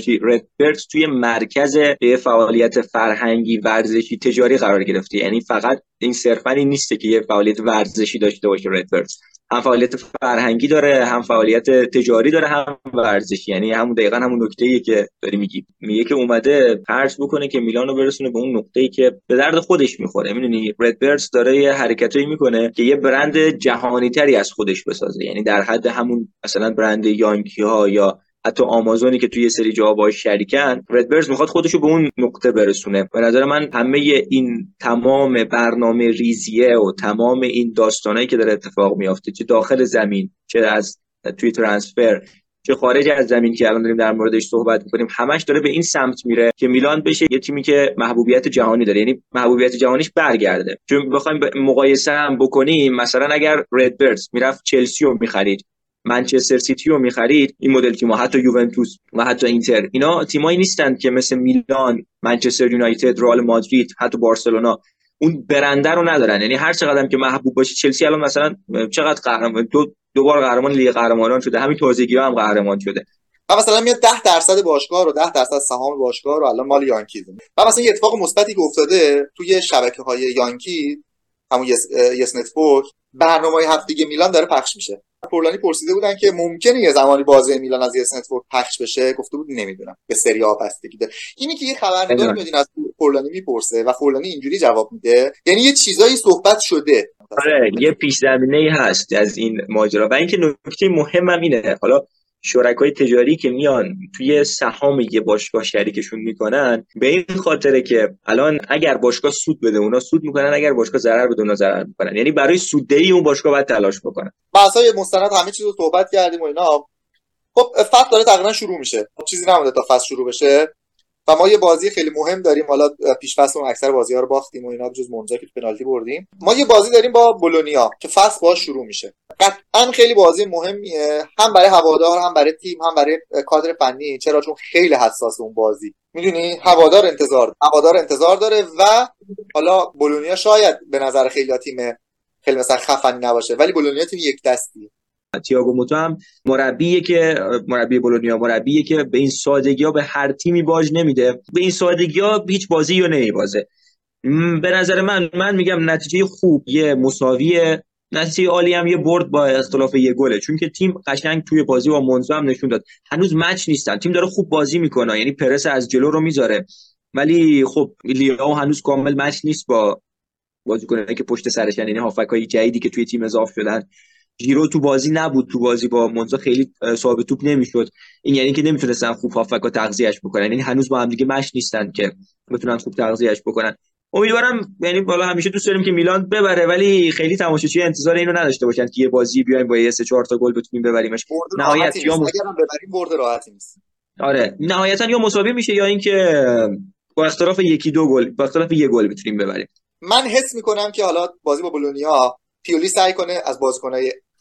ردبرد توی مرکز فعالیت فرهنگی، ورزشی، تجاری قرار گرفته. یعنی فقط این صرفاً این نیسته که یه فعالیت ورزشی داشته باشه ردبرد، هم فعالیت فرهنگی داره، هم فعالیت تجاری داره، هم ورزشی. یعنی همون دقیقاً همون نکته‌ایه که داری میگی، میگه که اومده پرس بکنه که میلان رو برسونه به اون نقطه‌ای که به درد خودش میخوره. میدونی ردبرد داره یه حرکتایی میکنه که یه برند جهانی‌تری از خودش بسازه، یعنی در حد همون مثلا برند یانکی ها یا حتی آمازونی که توی یه سری جاها باهاش شریکن. ردبرد میخواد خودشو به اون نقطه برسونه. به نظر من همه این تمام برنامه ریزیه و تمام این داستانایی که داره اتفاق میافته، چه داخل زمین، چه از توی ترانسفر، چه خارج از زمین که الان داریم در موردش صحبت می‌کنیم، همش داره به این سمت میره که میلان بشه یه تیمی که محبوبیت جهانی داره، یعنی محبوبیت جهانیش برگرده. چون بخوایم مقایسه هم بکنیم، مثلا اگر ردبرد میرفت چلسی رو می‌خرید، منچستر سیتی رو می‌خرید، این مدل تیم‌ها، حتی یوونتوس و حتی اینتر، اینا تیمایی نیستن که مثل میلان، منچستر یونایتد، رئال مادرید، حتی بارسلونا اون برنده رو ندارن. یعنی هر چقدر که محبوب باشه، چلسی الان مثلا چقدر قهرمان، دو دوبار قهرمان لیگ قهرمانان شده، همین تازگی‌ها هم قهرمان شده. و مثلا میاد ده درصد باشگاه رو، ده درصد سهام باشگاه رو الان مال یانکیز. و مثلا یه اتفاق مثبتی که افتاده توی شبکه‌های یانکی، همون یس, یس نتورک، برنامه‌های هفتگی میلان داره پخش میشه. فورلانی پرسیده بودن که ممکنه یه زمانی بازی میلان از یس نتورک پخش بشه، گفته بود نمیدونم، به سری آ بستگی داره. اینی که یه خبرنگار میاد از فورلانی میپرسه و فورلانی اینجوری جواب میده، یعنی یه چیزایی صحبت شده. آره، یه پیش زمینه‌ای هست از این ماجرا. و اینکه نکته مهمم اینه، حالا شرکای تجاری که میان توی سهام یه باشگاه شریکشون میکنن، به این خاطره که الان اگر باشگاه سود بده اونا سود میکنن، اگر باشگاه ضرر بده اونا ضرر میکنن. یعنی برای سوددهی اون باشگاه باید تلاش بکنن. بحثای مستند همه چیزو صحبت کردیم و اینا. خب فصل داره تقریبا شروع میشه، چیزی نمونده تا فصل شروع بشه و ما یه بازی خیلی مهم داریم. حالا پیش فصل اون اکثر بازی‌ها رو باختیم و اینا، جز مونزا که پنالتی بردیم. ما یه بازی داریم با بولونیا که فصل باهاش شروع میشه. قطعاً خیلی بازی مهمیه، هم برای هوادار، هم برای تیم، هم برای کادر فنی. چرا؟ چون خیلی حساس اون بازی. میدونی هوادار انتظار هوادار انتظار داره و حالا بولونیا شاید به نظر خیلی تیم خیلی مثلا خفنی نباشه، ولی بولونیا تیم یک دستیه. تییاگو موتو هم مربیه که مربی بولونیا مربیه که به این سادگی‌ها به هر تیمی باج نمیده، به این سادگی‌ها هیچ بازی رو نمیبازه. به نظر من من میگم نتیجه خوب یه مساوی، نتیجه عالی هم یه برد با اختلاف یه گله، چون که تیم قشنگ توی بازی با مونزا هم نشون داد هنوز مچ نیستن، تیم داره خوب بازی میکنه، یعنی پرس از جلو رو میذاره، ولی خب لیاو هنوز کامل مچ نیست با بازیکنایی که پشت سرشن، یعنی هافکای جدیدی که توی تیم اضافه شدن. ژیرو تو بازی نبود، تو بازی با مونزا خیلی صاحب توپ نمیشد، این یعنی که نمیتونستن خوب هافکا تغذیهش بکنن، یعنی هنوز با هم دیگه مچ نیستن که بتونن خوب تغذیهش بکنن. امیدوارم، یعنی والا همیشه دوست داریم که میلان ببره، ولی خیلی تماشاچی انتظار اینو نداشته باشن که یه بازی بیایم با یه سه چهار تا گل بتونیم ببریمش. نهایت یا مس... اگرم ببریم برد راحتی نیست. آره نهایتا یا مساوی میشه یا اینکه با اختلاف یکی دو گل، با اختلاف یه گل بتونیم ببریم. من حس میکنم که حالا بازی با بولونیا پیولی سعی کنه از بازیکنای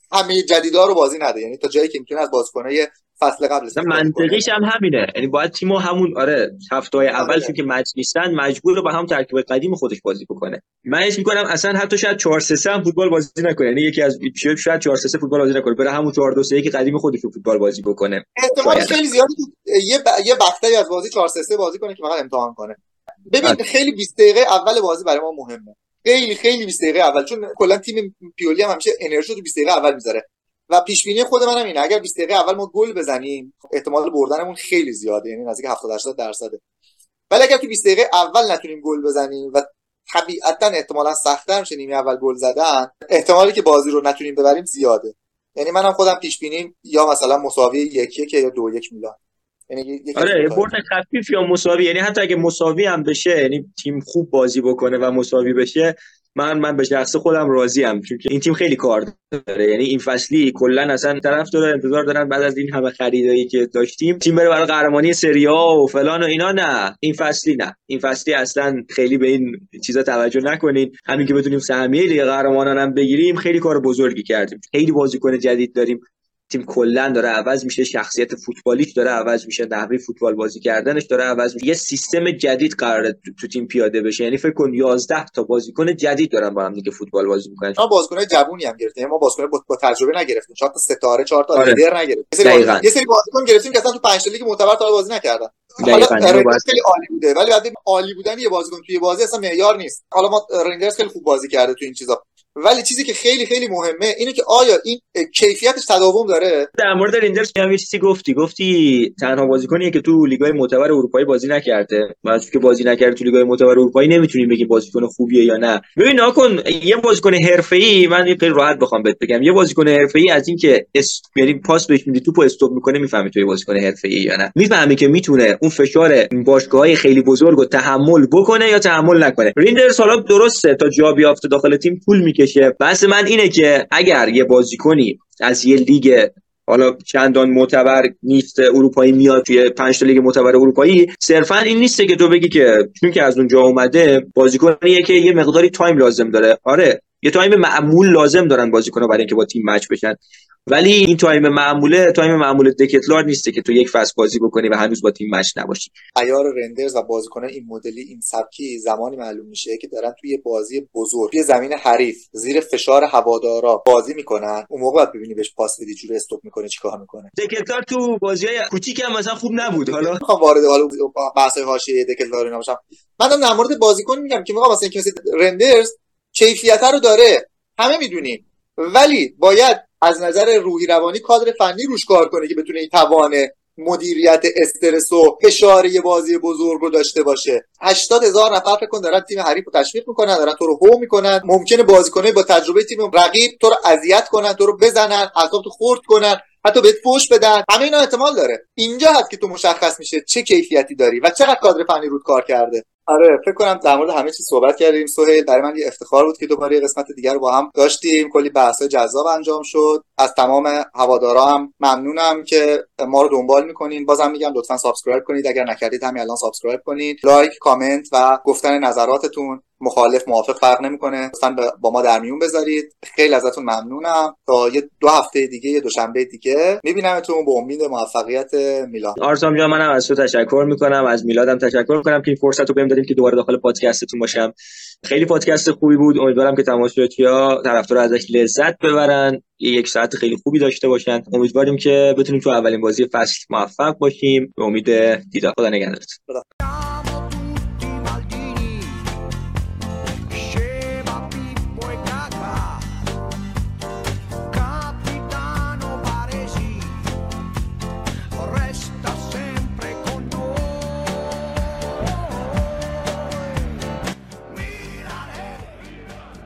همه جدیدا رو بازی نده، یعنی تا جایی که میتونه از بازیکنای فصل قبل استفاده کنه. منطقیش هم همینه، یعنی باید تیمو همون آره هفته‌های اولشون که مچ نیستن مجبور با هم ترکیب قدیم خودش بازی بکنه. من حس می‌کنم اصلا حتی شاید چهار سه سه هم فوتبال بازی نکنه، یعنی یکی از شاید چهار سه سه فوتبال بازی نکنه، بره همون چهار دو سه یک قدیم خودش رو فوتبال بازی بکنه. احتمال خیلی زیاده یه ب... یه بختی از بازی چهار سه سه بازی کنه که فقط امتحان کنه. ببین ات. خیلی بیست دقیقه اول بازی برای ما مهمه، خیلی خیلی بیست دقیقه اول، چون کلا تیم پیولی هم همیشه انرژی رو بیست دقیقه اول میذاره و پیش بینی خود منم اینه اگر بیست دقیقه اول ما گل بزنیم احتمال بردنمون خیلی زیاده، یعنی نزدیک هفتاد هشتاد درصده. ولی اگر تو بیست دقیقه اول نتونیم گل بزنیم و طبیعتا احتمالاً سخت‌تر میشه نیمه اول گل زدن، احتمالی که بازی رو نتونیم ببریم زیاده. یعنی منم خودم پیش بینیم یا مثلا مساوی یک یک یا دو یک میلان. یعنی آره برد خفیف یا مساوی، یعنی حتی اگه مساوی هم بشه، یعنی تیم خوب بازی بکنه و مساوی بشه، من من به شخص خودم راضی ام، چون این تیم خیلی کار داره. یعنی این فصلی کلا اصلا طرفدارا انتظار دارن بعد از این همه خریدایی که داشتیم تیم بره برای قهرمانی سری آ و فلان و اینا. نه این فصلی نه این فصلی اصلا خیلی به این چیزا توجه نکنین. همین که بتونیم سهمیه لیگ قهرمانان هم بگیریم خیلی کار بزرگی کردیم. خیلی بازیکن جدید داریم، تیم کلا داره عوض میشه، شخصیت فوتبالیش داره عوض میشه، نحوه فوتبال بازی کردنش داره عوض میشه، یه سیستم جدید قراره تو, تو تیم پیاده بشه. یعنی فکر کن یازده تا بازیکن جدید دارن با هم دیگه فوتبال بازی میکنن. ما بازیکنای جوونی هم گرفتیم، ما بازیکن با, با تجربه نگرفتیم، چهار تا ستاره چهار تا لیدر نگرفتیم. یه سری بازیکن گرفتیم که اصلا تو پنج تا لیگ معتبر تا بازی نکردن. حالا رنگرز خیلی عالی بوده، ولی بعد عالی بودن یه بازیکن توی بازی اصلا معیار نیست. حالا ما رنگرز خیلی خوب بازی کرده تو این چیزا، ولی چیزی که خیلی خیلی مهمه اینه که آیا این کیفیتش تداوم داره. در مورد رنجرز هم یه چیزی گفتی گفتی تنها بازیکنیه که تو لیگ‌های معتبر اروپایی بازی نکرده. واسه که بازی نکرده تو لیگ‌های معتبر اروپایی نمیتونیم بگیم بازیکن خوبیه یا نه. ببین ناکن یه بازیکن حرفه‌ای، من خیلی راحت بخوام بهت بگم، یه بازیکن حرفه‌ای از این که اس... یعنی پاس بهش میدی توپو استاپ میکنه میفهمی تو یه بازیکن حرفه‌ای یا نه. میفهمی که میتونه اون فشار باشگاه‌های خیلی بزرگ رو تحمل بکنه یا تحمل نکنه. رنجرز حالا درسته تا جا بیافته داخل تیم پول میکشه. بحث من اینه که اگر یه بازیکنی از یه لیگ حالا چندان معتبر نیست اروپایی میاد توی پنج تا لیگ معتبر اروپایی، صرفا این نیسته که تو بگی که چون که از اونجا اومده بازیکنیه که یه مقداری تایم لازم داره. آره یه تایم معمول لازم دارن بازیکن‌ها برای اینکه با تیم مچ بشن، ولی این تایم معموله تایم معمول دکتلار نیسته که تو یک فصل بازی بکنی و هنوز با تیم مچ نباشی. عیار رندرز و بازیکنان این مدلی این سبکی زمانی معلوم میشه که دارن توی بازی بزرگ توی زمین حریف زیر فشار هوادارا بازی میکنن. اون موقع ببینی بهش پاس بدی جوری استاپ میکنه چیکار میکنه. دکتلار تو بازیای کوچیک هم مثلا خوب نبود. حالا میخوام وارد حالا بحث حاشیه دکتلار اینا باشم. من دارم در مورد بازیکن میگم که میگم مثلا اینکه مثلا رندرز کیفیت رو داره، همه میدونیم، ولی باید از نظر روحی روانی کادر فنی روش کار کنه که بتونه این توان مدیریت استرس و فشار یه بازی بزرگ رو داشته باشه. هشتاد هزار نفر فکر کن دارن تیم حریف رو تشویق میکنن، دارن تو رو هو میکنن، ممکنه بازیکنای با تجربه تیم رقیب تو رو اذیت کنن، تو رو بزنن، اعصابتو خرد کنن، حتی بهت فوش بدن. همه اینا احتمال داره. اینجا هست که تو مشخص میشه چه کیفیتی داری و چقدر کادر فنی رود کار کرده. آره فکر کنم در مورد همه چیز صحبت کردیم. سهیل برای من یه افتخار بود که دوباره قسمت دیگر رو با هم داشتیم. کلی بحث‌های جذاب انجام شد. از تمام هوادارا هم ممنونم که ما رو دنبال میکنین. بازم میگم لطفاً سابسکرایب کنید، اگر نکردید همین الان سابسکرایب کنید. لایک، کامنت و گفتن نظراتتون، مخالف موافق فرق نمیکنه، لطفاً با ما در میون بذارید. خیلی ازتون ممنونم. تا یه دو هفته دیگه یه دوشنبه دیگه میبینمتون. با امید موفقیت میلان. آرسام جان منم از تو تشکر میکنم، از میلادم تشکر میکنم که این فرصت رو بهم دادیم که دوباره داخل پادکستتون باشم. خیلی پادکست خوبی بود. امیدوارم که تماشاگرها طرفدارا ازش لذت ببرن، یک ساعت خیلی خوبی داشته باشن. امیدواریم که بتونیم تو اولین بازی فصل موفق باشیم. به امید دیدار. خدا نگهدارتون.